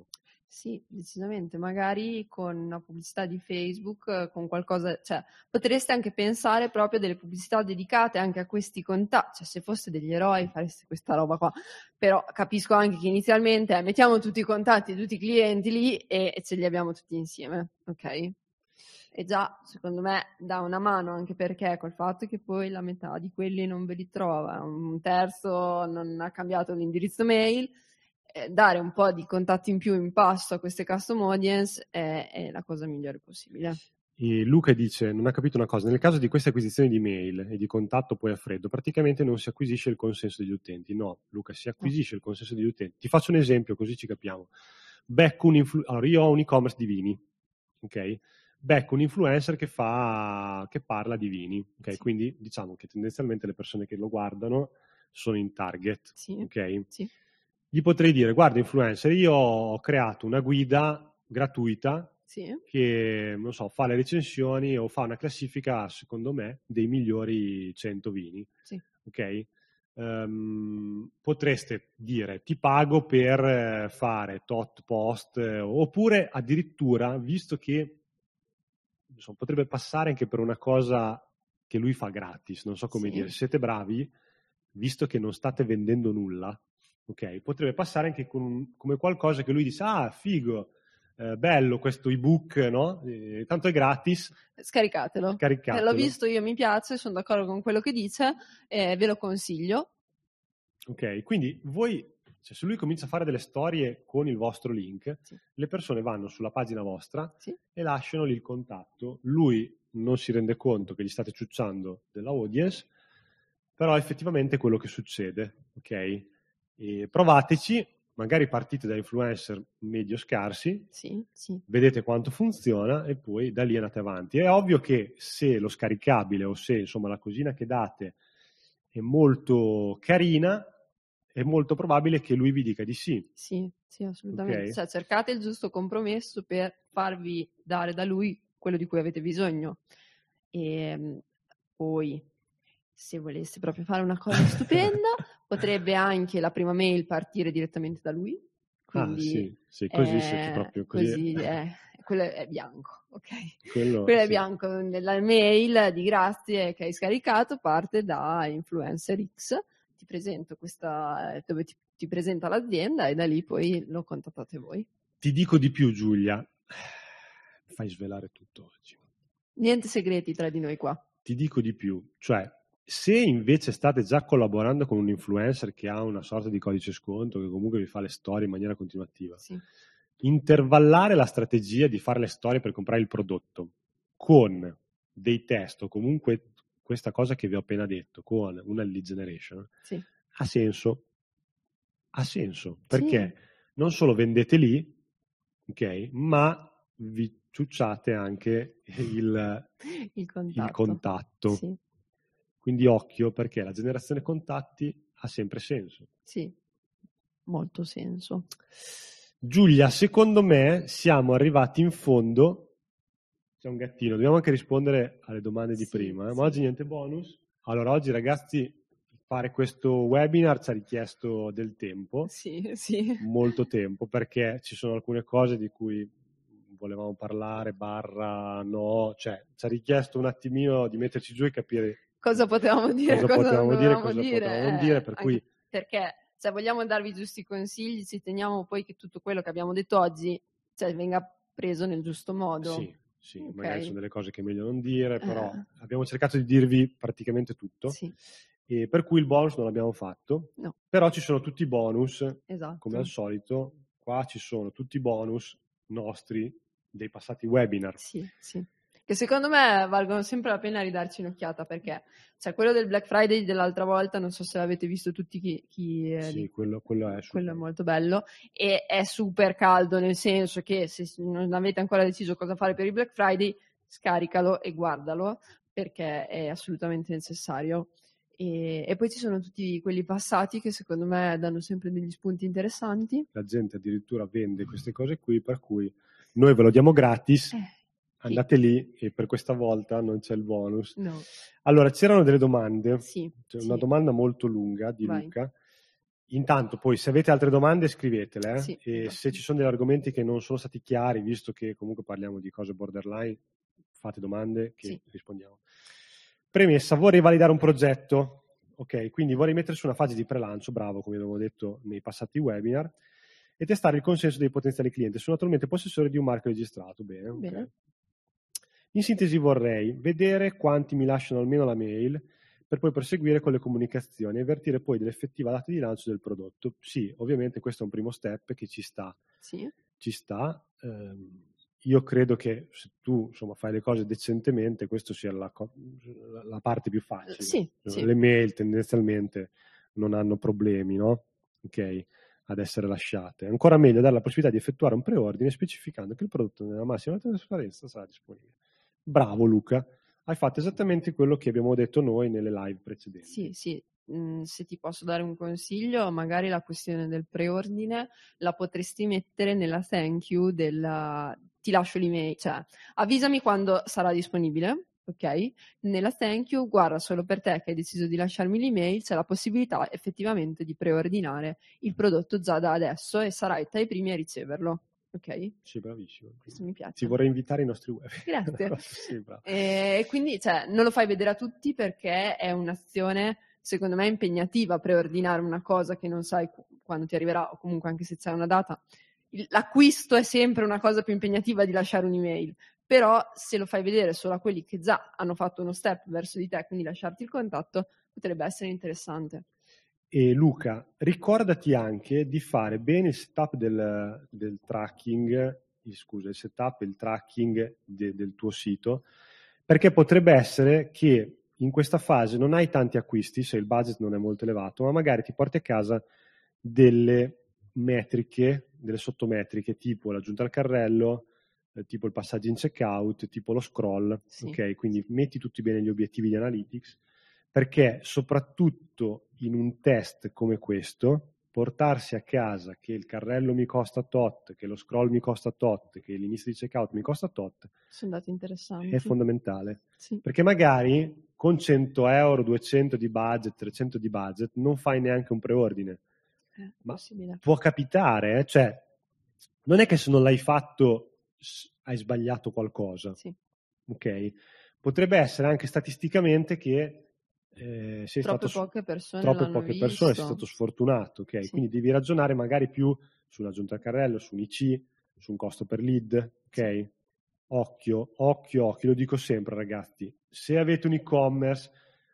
Sì, decisamente, magari con una pubblicità di Facebook, con qualcosa, cioè potreste anche pensare proprio a delle pubblicità dedicate anche a questi contatti, cioè se foste degli eroi fareste questa roba qua, però capisco anche che inizialmente eh, mettiamo tutti i contatti di tutti i clienti lì e, e ce li abbiamo tutti insieme, ok? E già, secondo me, dà una mano, anche perché col fatto che poi la metà di quelli non ve li trova, un terzo non ha cambiato l'indirizzo mail, eh, dare un po' di contatti in più in pasto a queste custom audience è, è la cosa migliore possibile. E Luca dice, non ha capito una cosa, nel caso di queste acquisizioni di mail e di contatto poi a freddo, praticamente non si acquisisce il consenso degli utenti. No, Luca, si acquisisce no. il consenso degli utenti. Ti faccio un esempio, così ci capiamo. Becco un influ- allora, io ho un e-commerce di vini, ok? Becco un influencer che fa che parla di vini, ok? Sì. Quindi diciamo che tendenzialmente le persone che lo guardano sono in target, sì. ok? Sì. Gli potrei dire, guarda influencer, io ho creato una guida gratuita sì. che, non so, fa le recensioni o fa una classifica, secondo me, dei migliori cento vini, sì. ok? Um, potreste dire ti pago per fare tot post eh, oppure addirittura, visto che insomma, potrebbe passare anche per una cosa che lui fa gratis, non so come sì. dire, siete bravi, visto che non state vendendo nulla, ok? Potrebbe passare anche con, come qualcosa che lui dice, ah figo, eh, bello questo ebook, no? Eh, tanto è gratis. Scaricatelo. Scaricatelo. Eh, l'ho visto io, mi piace, sono d'accordo con quello che dice, eh, ve lo consiglio. Ok, quindi voi, cioè, se lui comincia a fare delle storie con il vostro link, sì. le persone vanno sulla pagina vostra sì. e lasciano lì il contatto. Lui non si rende conto che gli state ciucciando della audience, però effettivamente è quello che succede, ok? E provateci, magari partite da influencer medio scarsi, sì, sì. vedete quanto funziona e poi da lì andate avanti. È ovvio che se lo scaricabile o se insomma la cosina che date è molto carina, è molto probabile che lui vi dica di sì. Sì, sì, assolutamente. Okay? Cioè, cercate il giusto compromesso per farvi dare da lui quello di cui avete bisogno. E poi, se volesse proprio fare una cosa stupenda, potrebbe anche la prima mail partire direttamente da lui. Quindi, ah, sì, sì, così eh, siete proprio così. così è, quello è bianco, ok? Quello, quello è sì. bianco. Nella mail di grazie che hai scaricato parte da Influencer X. Ti presento questa, dove ti, ti presenta l'azienda e da lì poi lo contattate voi. Ti dico di più, Giulia, fai svelare tutto oggi. Niente segreti tra di noi qua. Ti dico di più, cioè se invece state già collaborando con un influencer che ha una sorta di codice sconto, che comunque vi fa le storie in maniera continuativa, sì. intervallare la strategia di fare le storie per comprare il prodotto con dei test o comunque questa cosa che vi ho appena detto, con una lead generation, sì. ha senso. Ha senso, perché sì. non solo vendete lì, ok, ma vi ciucciate anche il, il contatto. Il contatto. Sì. Quindi occhio, perché la generazione contatti ha sempre senso. Sì, molto senso. Giulia, secondo me siamo arrivati in fondo. C'è un gattino, dobbiamo anche rispondere alle domande di sì, prima, eh? sì. Ma oggi niente bonus. Allora, oggi ragazzi, fare questo webinar ci ha richiesto del tempo, sì, sì. molto tempo, perché ci sono alcune cose di cui volevamo parlare, barra no, cioè ci ha richiesto un attimino di metterci giù e capire cosa potevamo dire, cosa, cosa potevamo non dire, dovevamo cosa dire, potevamo eh, dire, per cui perché se vogliamo darvi giusti consigli, ci teniamo poi che tutto quello che abbiamo detto oggi, cioè, venga preso nel giusto modo. Sì, sì, okay. Magari sono delle cose che è meglio non dire, però eh. abbiamo cercato di dirvi praticamente tutto. Sì. E per cui il bonus non l'abbiamo fatto, no. Però ci sono tutti i bonus, esatto. Come al solito, qua ci sono tutti i bonus nostri dei passati webinar. Sì, sì. Che secondo me valgono sempre la pena ridarci un'occhiata, perché cioè, quello del Black Friday dell'altra volta, non so se l'avete visto tutti chi... chi eh, sì, di... quello, quello, è quello è molto bello e è super caldo, nel senso che se non avete ancora deciso cosa fare per il Black Friday, scaricalo e guardalo, perché è assolutamente necessario. E, e poi ci sono tutti quelli passati che secondo me danno sempre degli spunti interessanti. La gente addirittura vende queste cose qui, per cui noi ve lo diamo gratis, eh, andate lì e per questa volta non c'è il bonus. No. Allora, c'erano delle domande, sì, c'è sì. una domanda molto lunga di Vai. Luca intanto poi se avete altre domande scrivetele, eh? Sì, e esatto. se ci sono degli argomenti che non sono stati chiari, visto che comunque parliamo di cose borderline, fate domande che Sì. rispondiamo. Premessa, vorrei validare un progetto, ok? Quindi vorrei mettere su una fase di prelancio, bravo, come avevo detto nei passati webinar, e testare il consenso dei potenziali clienti. Sono naturalmente possessore di un marchio registrato, bene, ok. Bene. In sintesi vorrei vedere quanti mi lasciano almeno la mail per poi proseguire con le comunicazioni e avvertire poi dell'effettiva data di lancio del prodotto. Sì, ovviamente questo è un primo step che ci sta. Sì. Ci sta. Ehm, io credo che se tu insomma fai le cose decentemente, questo sia la, co- la parte più facile. Sì, sì. Le mail tendenzialmente non hanno problemi, no? Ok, ad essere lasciate. Ancora meglio dare la possibilità di effettuare un preordine specificando che il prodotto nella massima trasparenza sarà disponibile. Bravo Luca, hai fatto esattamente quello che abbiamo detto noi nelle live precedenti. Sì, sì. Mm, se ti posso dare un consiglio, magari la questione del preordine la potresti mettere nella thank you della... ti lascio l'email, cioè avvisami quando sarà disponibile, ok? Nella thank you, guarda, solo per te che hai deciso di lasciarmi l'email c'è la possibilità effettivamente di preordinare il prodotto già da adesso e sarai tra i primi a riceverlo. Ok? Sì, bravissimo. Questo mi piace. Ti vorrei invitare ai nostri web. Grazie. Sì, bravo. E quindi cioè, non lo fai vedere a tutti perché è un'azione, secondo me, impegnativa preordinare una cosa che non sai qu- quando ti arriverà o comunque anche se c'è una data. Il- L'acquisto è sempre una cosa più impegnativa di lasciare un'email, però se lo fai vedere solo a quelli che già hanno fatto uno step verso di te, quindi lasciarti il contatto, potrebbe essere interessante. E Luca, ricordati anche di fare bene il setup del, del tracking, scusa, il setup, il tracking de, del tuo sito, perché potrebbe essere che in questa fase non hai tanti acquisti, se il budget non è molto elevato, ma magari ti porti a casa delle metriche, delle sottometriche, tipo l'aggiunta al carrello, eh, tipo il passaggio in checkout, tipo lo scroll, Sì. ok? Quindi metti tutti bene gli obiettivi di Analytics, perché soprattutto in un test come questo, portarsi a casa che il carrello mi costa tot, che lo scroll mi costa tot, che l'inizio di checkout mi costa tot, Sono dati interessanti. è fondamentale. Sì. Perché magari con cento euro, duecento di budget, trecento di budget, non fai neanche un preordine. È Ma possibile. può capitare, eh? Cioè, non è che se non l'hai fatto hai sbagliato qualcosa. Sì. Ok? Potrebbe essere anche statisticamente che eh, sei troppe stato poche persone troppe l'hanno poche visto. persone, sei stato sfortunato, ok? Sì. Quindi devi ragionare magari più sull'aggiunta al carrello, su un I C, su un costo per lead, ok? Sì. Occhio, occhio, occhio, lo dico sempre ragazzi, se avete un e-commerce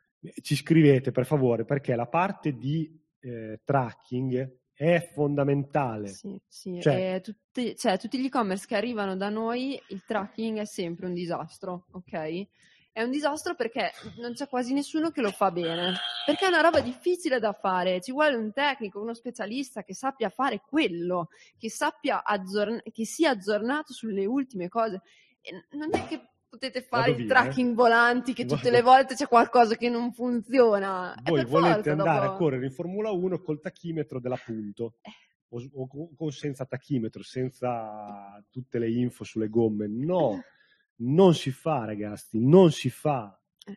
ci scrivete per favore, perché la parte di eh, tracking è fondamentale. Sì, sì. Cioè, E tutti, cioè, tutti gli e-commerce che arrivano da noi, il tracking è sempre un disastro, ok? È un disastro perché non c'è quasi nessuno che lo fa bene, perché è una roba difficile da fare, ci vuole un tecnico, uno specialista che sappia fare quello, che sappia aggiorn- che sia aggiornato sulle ultime cose. E non è che potete fare Vado i via, tracking eh. volanti che tutte Vado- le volte c'è qualcosa che non funziona. È Voi per volete forza, andare dopo... a correre in Formula uno col tachimetro della Punto o, o, o senza tachimetro, senza tutte le info sulle gomme. No, non si fa ragazzi, non si fa.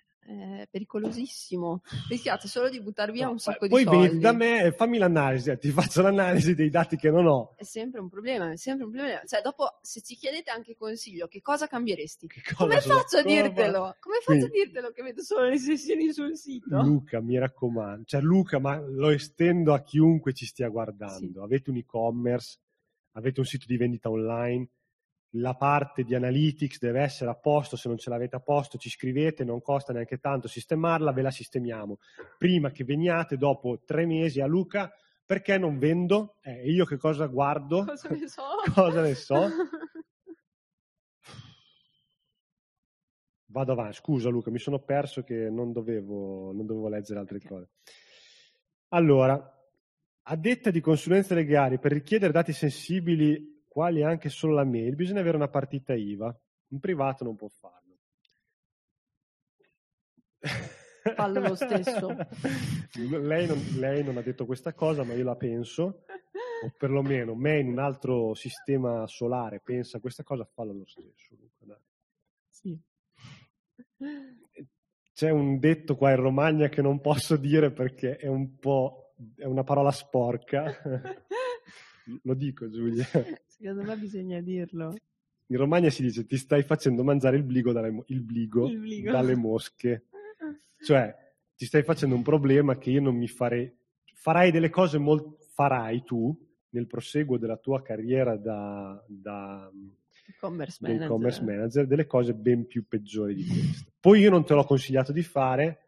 È pericolosissimo, rischiate solo di buttar via No, un sacco di poi soldi. venite da me e fammi l'analisi, eh, ti faccio l'analisi dei dati che non ho. È sempre un problema, è sempre un problema. Cioè, dopo, se ci chiedete anche consiglio, che cosa cambieresti? Che cosa Come sulla faccio a curva? dirtelo? Come faccio Quindi, a dirtelo che vedo solo le sessioni sul sito? Luca, mi raccomando, cioè Luca, ma lo estendo a chiunque ci stia guardando. Sì. Avete un e-commerce, avete un sito di vendita online, la parte di analytics deve essere a posto, se non ce l'avete a posto ci scrivete, non costa neanche tanto sistemarla, ve la sistemiamo. Prima che veniate dopo tre mesi a Luca, perché non vendo? Eh, io che cosa guardo? Cosa ne so? Cosa ne so? Vado avanti, scusa Luca, mi sono perso che non dovevo, non dovevo leggere altre Okay. cose. Allora, a detta di consulenze legali, per richiedere dati sensibili quali anche solo la mail, bisogna avere una partita I V A. In privato non può farlo. Fallo lo stesso. lei, non, lei non ha detto questa cosa, ma io la penso, o perlomeno me in un altro sistema solare pensa questa cosa, fallo lo stesso. Luca, dai. Sì. C'è un detto qua in Romagna che non posso dire perché è un po'... è una parola sporca. Lo dico, Giulia. Secondo me bisogna dirlo. In Romagna si dice ti stai facendo mangiare il bligo dalle, il bligo Il bligo. dalle mosche. Cioè, ti stai facendo un problema che io non mi farei... Farai delle cose molto... Farai tu, nel proseguo della tua carriera da... da E-commerce del manager. commerce manager, delle cose ben più peggiori di queste. Poi io non te l'ho consigliato di fare.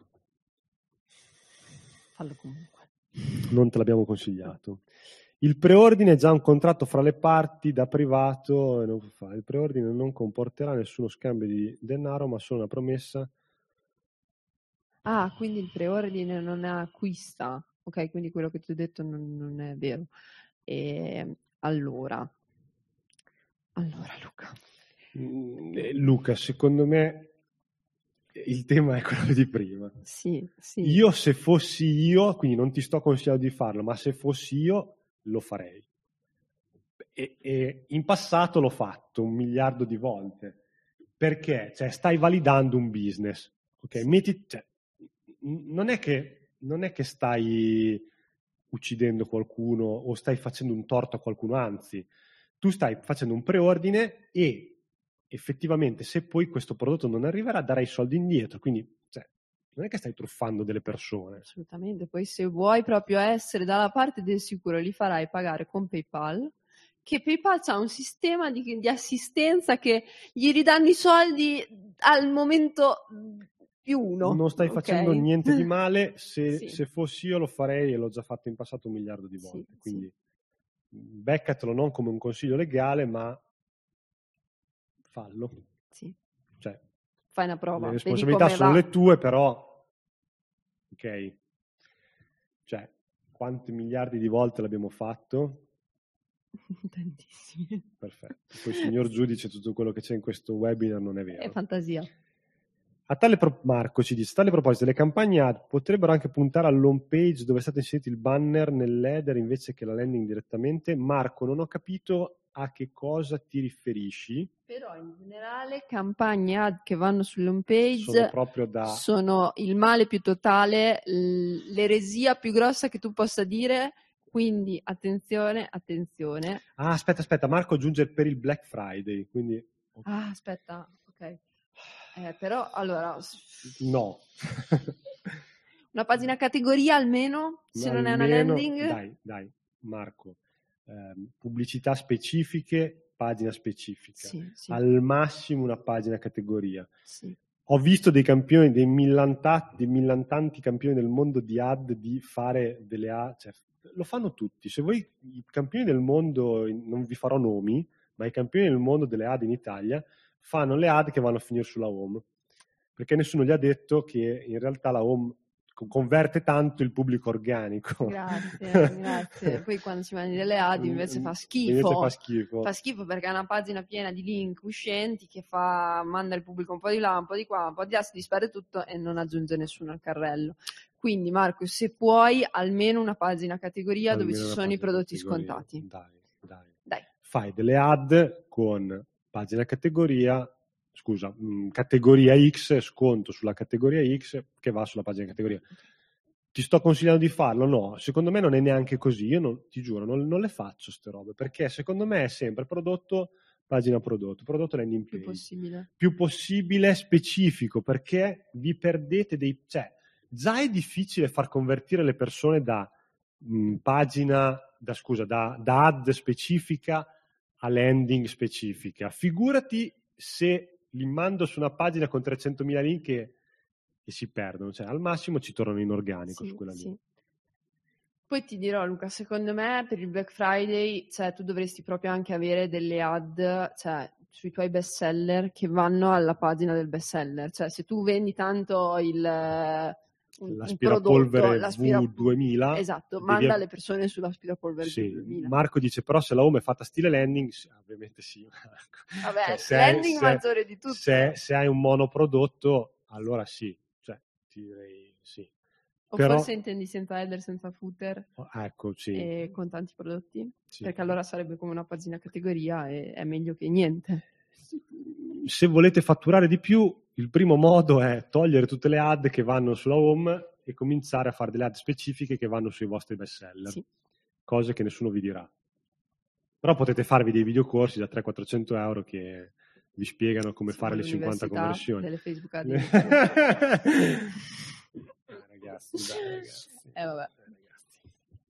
Fallo comunque. Non te l'abbiamo consigliato. Il preordine è già un contratto fra le parti da privato. Non fa. Il preordine non comporterà nessuno scambio di denaro, ma solo una promessa. Ah, quindi il preordine non acquista. Ok, quindi quello che ti ho detto non, non è vero. E, allora, allora Luca. Mm, eh, Luca, secondo me il tema è quello di prima. Sì, sì. Io se fossi io, quindi non ti sto consigliando di farlo, ma se fossi io lo farei. E, e in passato l'ho fatto un miliardo di volte. Perché? Cioè, stai validando un business. Ok, metti, cioè, non è che non è che stai uccidendo qualcuno o stai facendo un torto a qualcuno, anzi, tu stai facendo un preordine e effettivamente se poi questo prodotto non arriverà darai i soldi indietro, quindi cioè, non è che stai truffando delle persone. Assolutamente, poi se vuoi proprio essere dalla parte del sicuro li farai pagare con PayPal, che PayPal ha un sistema di, di assistenza che gli ridanno i soldi al momento più uno. Non stai okay? facendo niente di male, se, Sì. se fossi io lo farei e l'ho già fatto in passato un miliardo di volte, Sì, quindi sì. beccatelo non come un consiglio legale, ma fallo. Sì. Cioè, fai una prova, le vedi responsabilità come sono va. le tue, però ok, cioè quanti miliardi di volte l'abbiamo fatto? Tantissimi. Perfetto. Poi signor giudice, tutto quello che c'è in questo webinar non è vero. È fantasia. A tale pro- Marco ci dice, a tale proposito, le campagne ad potrebbero anche puntare all'home page dove è stato inserito il banner nell'header invece che la landing direttamente. Marco, non ho capito a che cosa ti riferisci. Però in generale campagne ad che vanno sull'home page Sono proprio da... sono il male più totale, l- l'eresia più grossa che tu possa dire, quindi attenzione, attenzione. Ah, aspetta, aspetta, Marco aggiunge per il Black Friday, quindi... Ah, aspetta, ok. Eh, però, allora... No. Una pagina categoria almeno, se Almeno, non è una landing. Dai, dai, Marco. Eh, pubblicità specifiche, pagina specifica. Sì, sì. Al massimo una pagina categoria. Sì. Ho visto dei campioni, dei millantati, dei millantanti campioni del mondo di ad di fare delle ad, cioè, lo fanno tutti. Se voi, i campioni del mondo, non vi farò nomi, ma i campioni del mondo delle ad in Italia fanno le ad che vanno a finire sulla home, perché nessuno gli ha detto che in realtà la home converte tanto il pubblico organico. Grazie, grazie. Poi quando si mandi delle ad invece fa schifo. Invece fa schifo. Fa schifo perché è una pagina piena di link uscenti che fa, manda il pubblico un po' di là, un po' di qua, un po' di là, si disperde tutto e non aggiunge nessuno al carrello. Quindi Marco, se puoi, almeno una pagina categoria Almeno dove ci sono i prodotti categoria. scontati. Dai, dai. Dai. Fai delle ad con pagina categoria, scusa, mh, categoria X, sconto sulla categoria X che va sulla pagina categoria. Ti sto consigliando di farlo? No, secondo me non è neanche così. Io non, ti giuro, non, non le faccio ste robe, perché secondo me è sempre prodotto, pagina prodotto, prodotto landing page. Più possibile. Più possibile specifico, perché vi perdete dei... Cioè, già è difficile far convertire le persone da mh, pagina, da scusa, da, da ad specifica a landing specifica. Figurati se li mando su una pagina con trecentomila link che, che si perdono, cioè al massimo ci tornano in organico sì, su quella sì. lì. Poi ti dirò Luca, secondo me per il Black Friday, cioè tu dovresti proprio anche avere delle ad, cioè sui tuoi best seller che vanno alla pagina del best seller, cioè se tu vendi tanto il un, l'aspirapolvere un prodotto, l'aspira... V duemila, esatto, devi... manda le persone sull'aspirapolvere sì. V duemila. Marco dice però se la home è fatta stile landing, sì, ovviamente sì. Vabbè, cioè, se landing hai, maggiore di tutto. Se, se hai un monoprodotto, allora sì, cioè ti direi sì. O però... forse intendi senza header, senza footer, ecco, sì. e con tanti prodotti, sì. Perché allora sarebbe come una pagina categoria e è meglio che niente. Se volete fatturare di più, il primo modo è togliere tutte le ad che vanno sulla home e cominciare a fare delle ad specifiche che vanno sui vostri best seller, Sì. cose che nessuno vi dirà. Però potete farvi dei videocorsi da trecento quattrocento euro che vi spiegano come Siamo fare le cinquanta all'università conversioni. delle Facebook Ad. eh, ragazzi, dai, ragazzi. Eh, vabbè. Eh, ragazzi.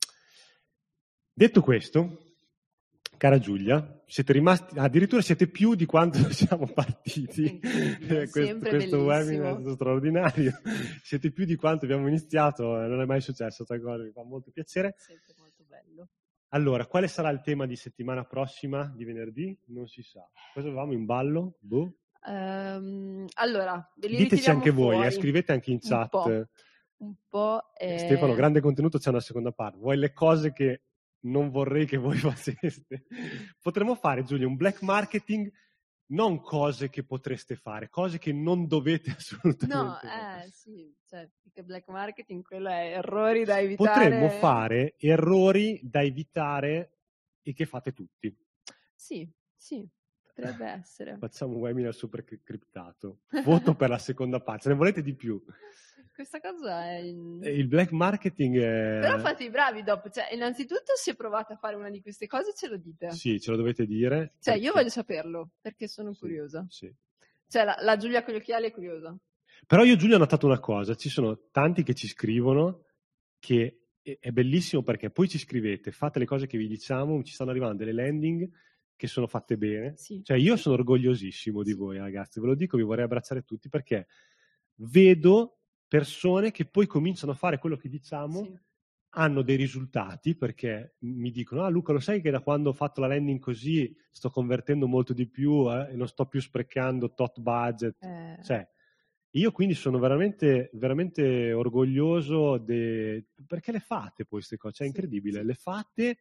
Detto questo, cara Giulia, siete rimasti, addirittura siete più di quanto siamo partiti. Incredibile, questo sempre questo bellissimo. webinar è stato straordinario. Siete più di quanto abbiamo iniziato, eh, non è mai successo questa cosa, mi fa molto piacere. Sempre molto bello. Allora, quale sarà il tema di settimana prossima, di venerdì? Non si sa. Cosa avevamo in ballo? Boh. Ehm, allora, ve li Diteci ritiriamo anche voi, eh, fuori. scrivete anche in Un chat. po'. Un po'. Eh, eh, Stefano, grande contenuto, c'è una seconda parte. Vuoi le cose che non vorrei che voi faceste? Potremmo fare, Giulia, un black marketing, non cose che potreste fare, cose che non dovete assolutamente No, fare. eh, sì, cioè, più che black marketing, quello è errori da evitare. Potremmo fare errori da evitare e che fate tutti. Sì, sì, potrebbe essere. Facciamo un webinar super cri- criptato. Voto per la seconda parte. Se ne volete di più? Questa cosa è... in- Eh, Il black marketing è... Però fate i bravi dopo, cioè, innanzitutto se provate a fare una di queste cose ce lo dite. Sì, ce lo dovete dire. Cioè, perché- io voglio saperlo, perché sono Sì, curiosa. sì. Cioè, la, la Giulia con gli occhiali è curiosa. Però io, Giulia, ho notato una cosa. Ci sono tanti che ci scrivono che è- è bellissimo perché poi ci scrivete, fate le cose che vi diciamo, ci stanno arrivando delle landing che sono fatte bene. Sì. Cioè, io sono orgogliosissimo di voi, ragazzi. Ve lo dico, vi vorrei abbracciare tutti perché vedo persone che poi cominciano a fare quello che diciamo, Sì. hanno dei risultati perché mi dicono: ah, Luca, lo sai che da quando ho fatto la landing così sto convertendo molto di più eh, e non sto più sprecando tot budget. Eh, Cioè, io quindi sono veramente, veramente orgoglioso de... perché le fate poi queste cose, cioè è Sì, incredibile, sì. le fate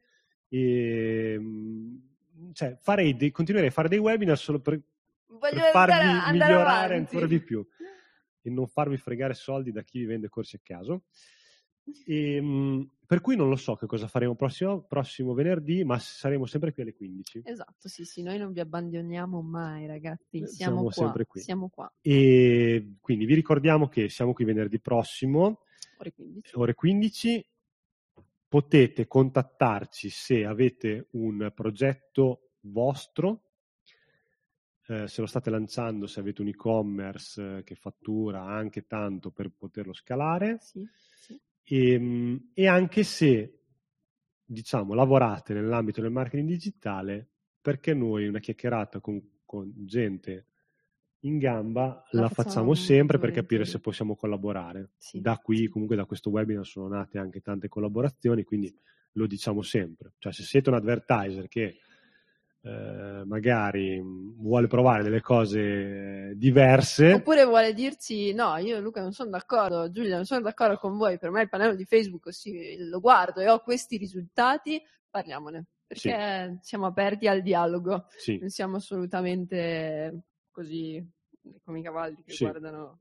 e mh, cioè, farei dei, continuerei a fare dei webinar solo per, voglio per andare- farvi andare migliorare avanti. ancora di più e non farvi fregare soldi da chi vi vende corsi a caso. E, mh, per cui non lo so che cosa faremo prossimo, prossimo venerdì, ma saremo sempre qui alle quindici. Esatto, sì, sì, noi non vi abbandoniamo mai, ragazzi. Eh, Siamo, siamo qua, sempre qui. siamo qua. E quindi vi ricordiamo che siamo qui venerdì prossimo, Ore quindici. ore quindici. Potete contattarci se avete un progetto vostro, eh, se lo state lanciando, se avete un e-commerce eh, che fattura anche tanto per poterlo scalare. Sì, sì. E, e anche se, diciamo, lavorate nell'ambito del marketing digitale, perché noi una chiacchierata con, con gente in gamba La la, facciamo facciamo sempre molto per capire volentieri. se possiamo collaborare. Sì, Da qui, sì. comunque, da questo webinar sono nate anche tante collaborazioni, quindi lo diciamo sempre. Cioè, se siete un advertiser che eh, magari vuole provare delle cose diverse, Oppure vuole dirci: no, io Luca non sono d'accordo, Giulia non sono d'accordo con voi, per me il pannello di Facebook sì, lo guardo e ho questi risultati, parliamone, perché siamo aperti al dialogo, sì, non siamo assolutamente così come i cavalli che Sì. guardano.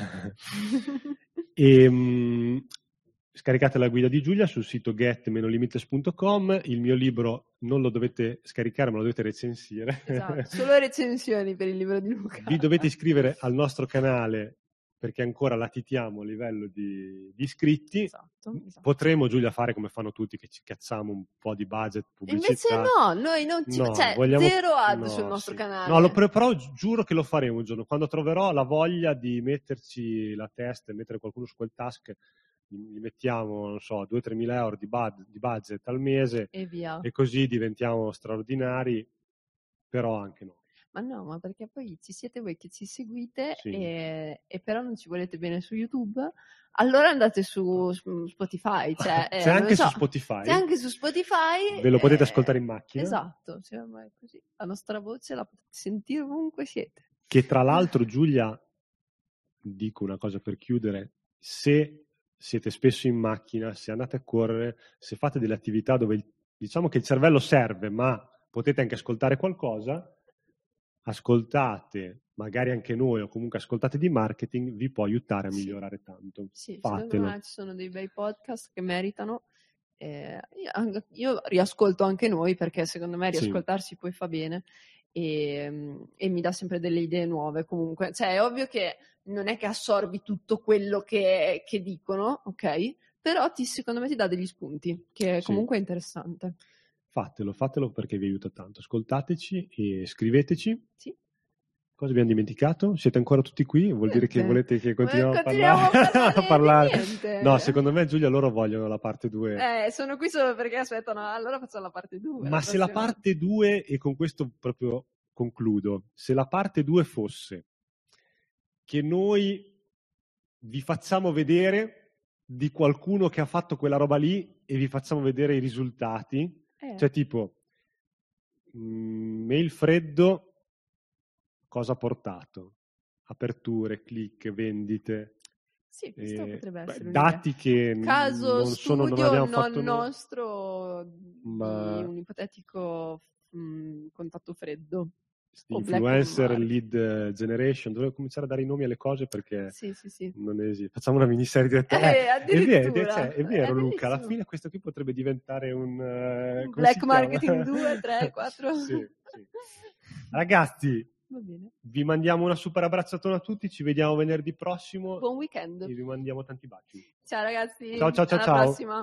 E, mh, scaricate la guida di Giulia sul sito get limitless punto com. Il mio libro non lo dovete scaricare, ma lo dovete recensire. Esatto, solo recensioni per il libro di Luca. Vi dovete iscrivere al nostro canale perché ancora latitiamo a livello di, di iscritti. Esatto, esatto. Potremo, Giulia, fare come fanno tutti, che ci cazziamo un po' di budget, pubblicità. Invece no, noi non ci No, cioè vogliamo- zero ad no, sul nostro sì. canale. No, lo, però gi- giuro che lo faremo un giorno. Quando troverò la voglia di metterci la testa e mettere qualcuno su quel task, gli gli mettiamo, non so, due o tre mila euro di, bud- di budget al mese E via. e così diventiamo straordinari, però anche no. Ma no, ma perché poi ci siete voi che ci seguite Sì. e, e però non ci volete bene su YouTube, allora andate su, su Spotify. Cioè, eh, C'è non anche so, su Spotify. C'è anche su Spotify. Ve lo potete eh, ascoltare in macchina. Esatto, cioè, ma è così. La nostra voce la potete sentire ovunque siete. Che tra l'altro, Giulia, dico una cosa per chiudere, se siete spesso in macchina, se andate a correre, se fate delle attività dove il- diciamo che il cervello serve, ma potete anche ascoltare qualcosa, ascoltate magari anche noi o comunque ascoltate di marketing, vi può aiutare a Sì. migliorare tanto. Sì, secondo Fatelo. me ci sono dei bei podcast che meritano. Eh, io, io riascolto anche noi perché secondo me Sì. riascoltarsi poi fa bene. e, e mi dà sempre delle idee nuove comunque. Cioè è ovvio che non è che assorbi tutto quello che, che dicono, ok? Però ti, secondo me ti dà degli spunti, che Sì. comunque è interessante. Fatelo, fatelo perché vi aiuta tanto. Ascoltateci e scriveteci. Sì. Cosa abbiamo dimenticato? Siete ancora tutti qui? Vuol dire che Niente. volete che continuiamo, Continuiamo a parlare? a parlare di niente. No, secondo me Giulia loro vogliono la parte due. Eh, sono qui solo perché aspettano, allora facciamo la parte due. Ma se la parte due, e con questo proprio concludo, se la parte due fosse che noi vi facciamo vedere di qualcuno che ha fatto quella roba lì e vi facciamo vedere i risultati, eh. cioè tipo mh, mail freddo, cosa ha portato? Aperture, click, vendite. Sì, questo eh, potrebbe essere beh, un'idea. dati che Caso non sono, non abbiamo studio fatto non noi, nostro ma di un ipotetico mh, contatto freddo. O black influencer mark. lead generation. Dovevo cominciare a dare i nomi alle cose perché Sì, sì, sì. non esiste. Facciamo una miniserie diretta. Eh, Eh, è vero, addirittura. cioè, è vero È Luca, alla bellissimo. fine questo qui potrebbe diventare un uh, come Black si chiama? marketing due, tre, quattro. Sì, sì. Ragazzi, va bene. Vi mandiamo una super abbracciatona a tutti, ci vediamo venerdì prossimo. Buon weekend. E vi mandiamo tanti baci. Ciao ragazzi. Ciao ciao ciao Alla ciao. prossima.